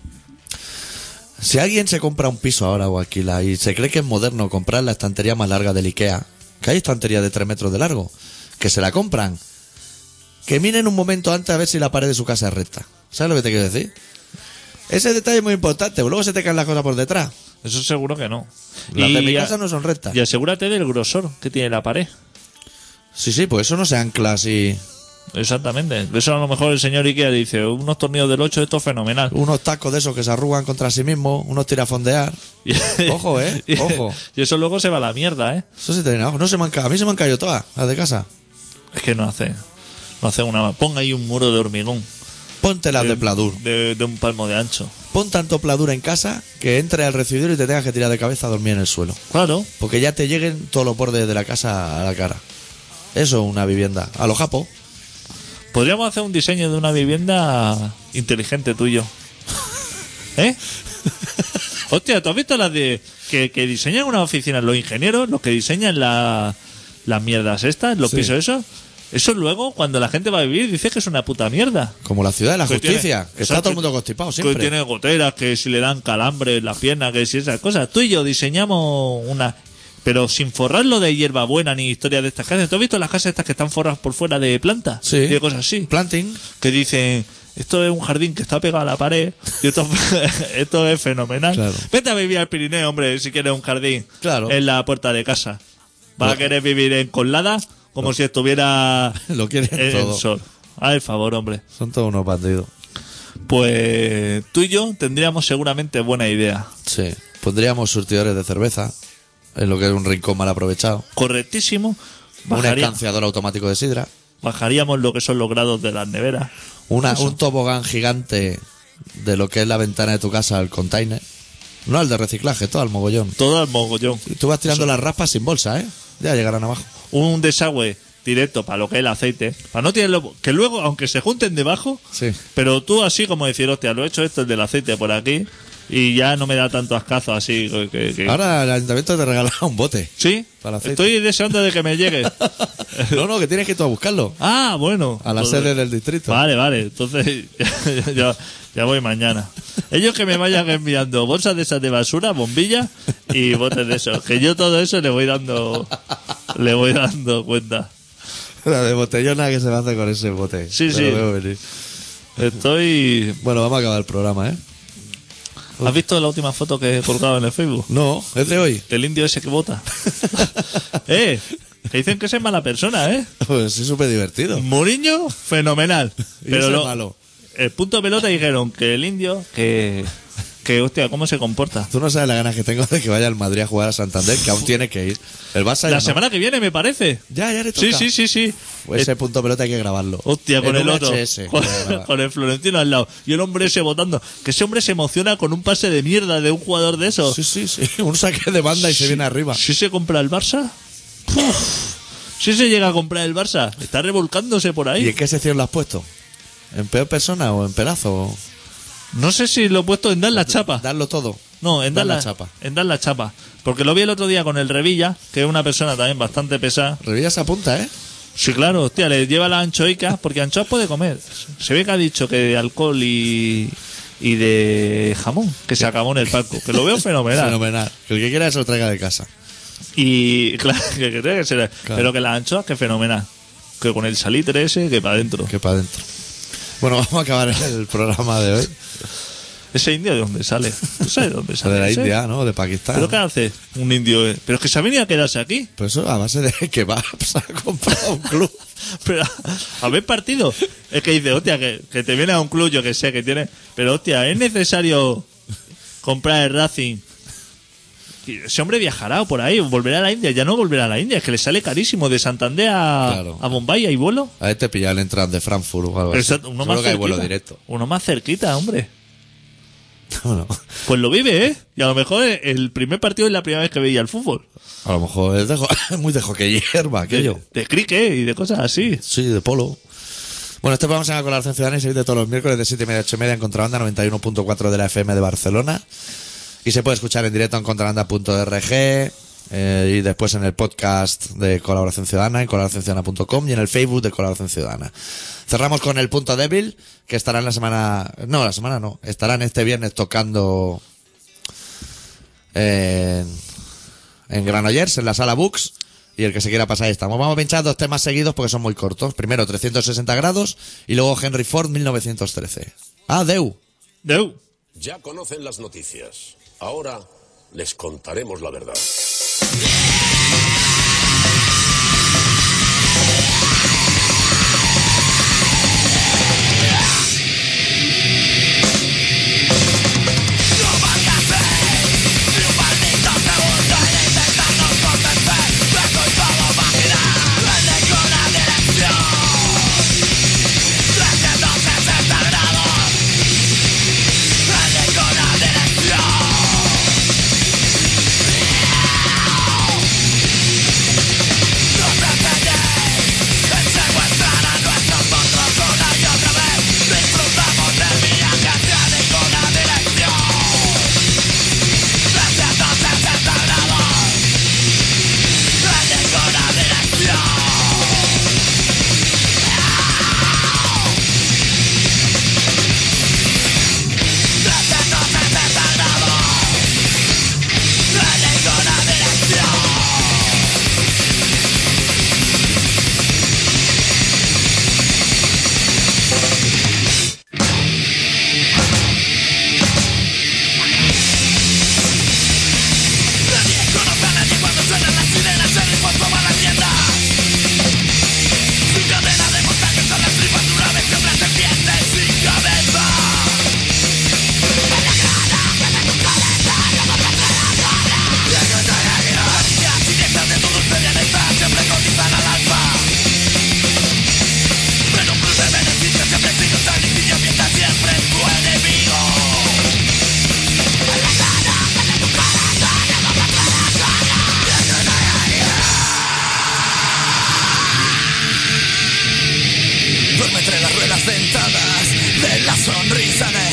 Si alguien se compra un piso ahora o alquila y se cree que es moderno comprar la estantería más larga del Ikea, que hay estantería de 3 metros de largo, que se la compran, que miren un momento antes a ver si la pared de su casa es recta. ¿Sabes lo que te quiero decir? Ese detalle es muy importante, luego se te caen las cosas por detrás. Eso seguro que no. Las de mi a- casa no son rectas. Y asegúrate del grosor que tiene la pared. Sí, pues eso no se ancla así. Exactamente. Eso a lo mejor el señor Ikea dice, unos tornillos del 8, esto es fenomenal. Unos tacos de esos que se arrugan contra sí mismos, unos tirafondear. Ojo, ojo. Y eso luego se va a la mierda, ¿eh? Eso se te viene abajo. No se me han caído. A mí se me han caído todas, las de casa. Es que no hace una... Ponga ahí un muro de hormigón. Ponte las de pladur. De un palmo de ancho. Pon tanto pladur en casa que entre al recibidor y te tengas que tirar de cabeza a dormir en el suelo. Claro. Porque ya te lleguen todos los bordes de la casa a la cara. Eso es una vivienda. A lo japo. Podríamos hacer un diseño de una vivienda inteligente tuyo. ¿Eh? Hostia, ¿tú has visto las de... que diseñan unas oficinas los ingenieros, los que diseñan las mierdas estas, los Sí. pisos esos? Eso luego, cuando la gente va a vivir, dice que es una puta mierda. Como la ciudad de la Que justicia. tiene- que está exacto, todo el mundo constipado Que siempre. tiene goteras, que si le dan calambre en las piernas, que si esas cosas. Tú y yo diseñamos una... Pero sin forrarlo de hierbabuena ni historias de estas casas. ¿Tú has visto las casas estas que están forradas por fuera de plantas? Sí. Y de cosas así. Planting. Que dicen, esto es un jardín que está pegado a la pared y esto, esto es fenomenal. Claro. Vete a vivir al Pirineo, hombre, si quieres un jardín Claro. en la puerta de casa. ¿Vas a Lo- querer vivir en Colada? Como si estuviera Lo quieren en todo. el sol. Al favor, hombre. Son todos unos bandidos. Pues tú y yo tendríamos seguramente buena idea. Sí. Pondríamos surtidores de cerveza. En lo que es un rincón mal aprovechado. Correctísimo. Un Bajaría- escanciador automático de sidra. bajaríamos lo que son los grados de las neveras. Un tobogán gigante de lo que es la ventana de tu casa al container. No al de reciclaje, todo al mogollón. Todo al mogollón. Y tú vas tirando las raspas sin bolsa, ¿eh? Ya llegarán abajo. Un desagüe directo para lo que es el aceite. Para no tenerlo. Que luego, aunque se junten debajo, Sí. pero tú así como decir, hostia, lo he hecho esto, el del aceite por aquí, y ya no me da tanto ascazo así. Que- Ahora el ayuntamiento te regalará un bote. ¿Sí? Para aceite. Estoy deseando de que me llegue. No, que tienes que ir tú a buscarlo. Ah, bueno. A la Pues- sede del distrito. Vale, vale. Entonces ya voy mañana. Ellos que me vayan enviando bolsas de esas de basura, bombillas y botes de esos. Que yo todo eso le voy dando cuenta. La de botellona que se va a hacer con ese bote. Sí, Me sí. lo veo venir. Estoy... Bueno, vamos a acabar el programa, ¿eh? ¿Has visto la última foto que he colgado en el Facebook? No, es de hoy. El indio ese que vota. Que dicen que ese es mala persona, ¿eh? Pues es súper divertido. Mourinho, fenomenal. Y Pero ese lo- malo. el punto de pelota dijeron que el indio, que hostia, ¿cómo se comporta? Tú no sabes las ganas que tengo de que vaya al Madrid a jugar a Santander, que aún tiene que ir. El Barça ya La no. semana que viene, me parece. Ya le Sí, toca. sí. Pues ese punto pelota hay que grabarlo. Hostia, con En el otro. VHS, Con, hay que grabar. con el Florentino al lado. Y el hombre ese votando. Que ese hombre se emociona con un pase de mierda de un jugador de esos. Sí. Un saque de banda y se viene arriba. Si se compra el Barça. ¡puf! Si se llega a comprar el Barça, está revolcándose por ¿Y ahí. en qué sección lo has puesto? ¿En peor persona o en pelazo? No sé si lo he puesto en dar la chapa. Darlo todo. No, en dar la chapa. En dar la chapa. Porque lo vi el otro día con el Revilla, que es una persona también bastante pesada. Revilla se apunta, ¿eh? Sí, claro, hostia, le lleva las anchoicas, porque anchoas puede comer. Se ve que ha dicho que de alcohol y de jamón, que se acabó en el palco. Que lo veo fenomenal. Fenomenal. Que el que quiera se lo traiga de casa. Y claro, que tiene que ser. Claro. Pero que las anchoas, que fenomenal. Que con el salitre ese, que para adentro. Que para adentro. Bueno, vamos a acabar el programa de hoy. ¿Ese indio de dónde sale? ¿No sabes de dónde sale? De la ese? India, ¿no? De Pakistán. ¿Pero qué hace un indio? Pero es que se ha venido a quedarse aquí. Pero eso a base de que vas a comprar un club. Pero a ver partido. Es que dice, hostia, que te viene a un club, yo que sé, que tiene. Pero hostia, es necesario comprar el Racing. Y ese hombre viajará por ahí, volverá a la India. Ya no volverá a la India, es que le sale carísimo de Santander Claro. a Bombay. ¿Hay vuelo? A ver, te pillan el entrante de Frankfurt o algo así. Exacto, uno Seguro más que hay cerquita. vuelo directo. Uno más cerquita, hombre. Bueno, Pues lo vive, ¿eh? Y a lo mejor el primer partido es la primera vez que veía el fútbol. a lo mejor es muy de hockey hierba aquello. De cricket y de cosas así. Sí, de polo. Bueno, este programa se llama Colaboración Ciudadana y se emite todos los miércoles de 7:30 a 8:30 en Contrabanda 91.4 de la FM de Barcelona. Y se puede escuchar en directo en contrabanda.org y después en el podcast de Colaboración Ciudadana en colaboracionciudadana.com y en el Facebook de Colaboración Ciudadana. Cerramos con el Punto Débil, que estará en la semana no, estarán este viernes tocando en Granollers, en la sala Books, y el que se quiera pasar ahí estamos. Vamos a pinchar 2 temas seguidos porque son muy cortos. Primero 360 grados y luego Henry Ford 1913. Adeu. Deu. Ya conocen las noticias. Ahora les contaremos la verdad. Duerme entre las ruedas dentadas de la sonrisa de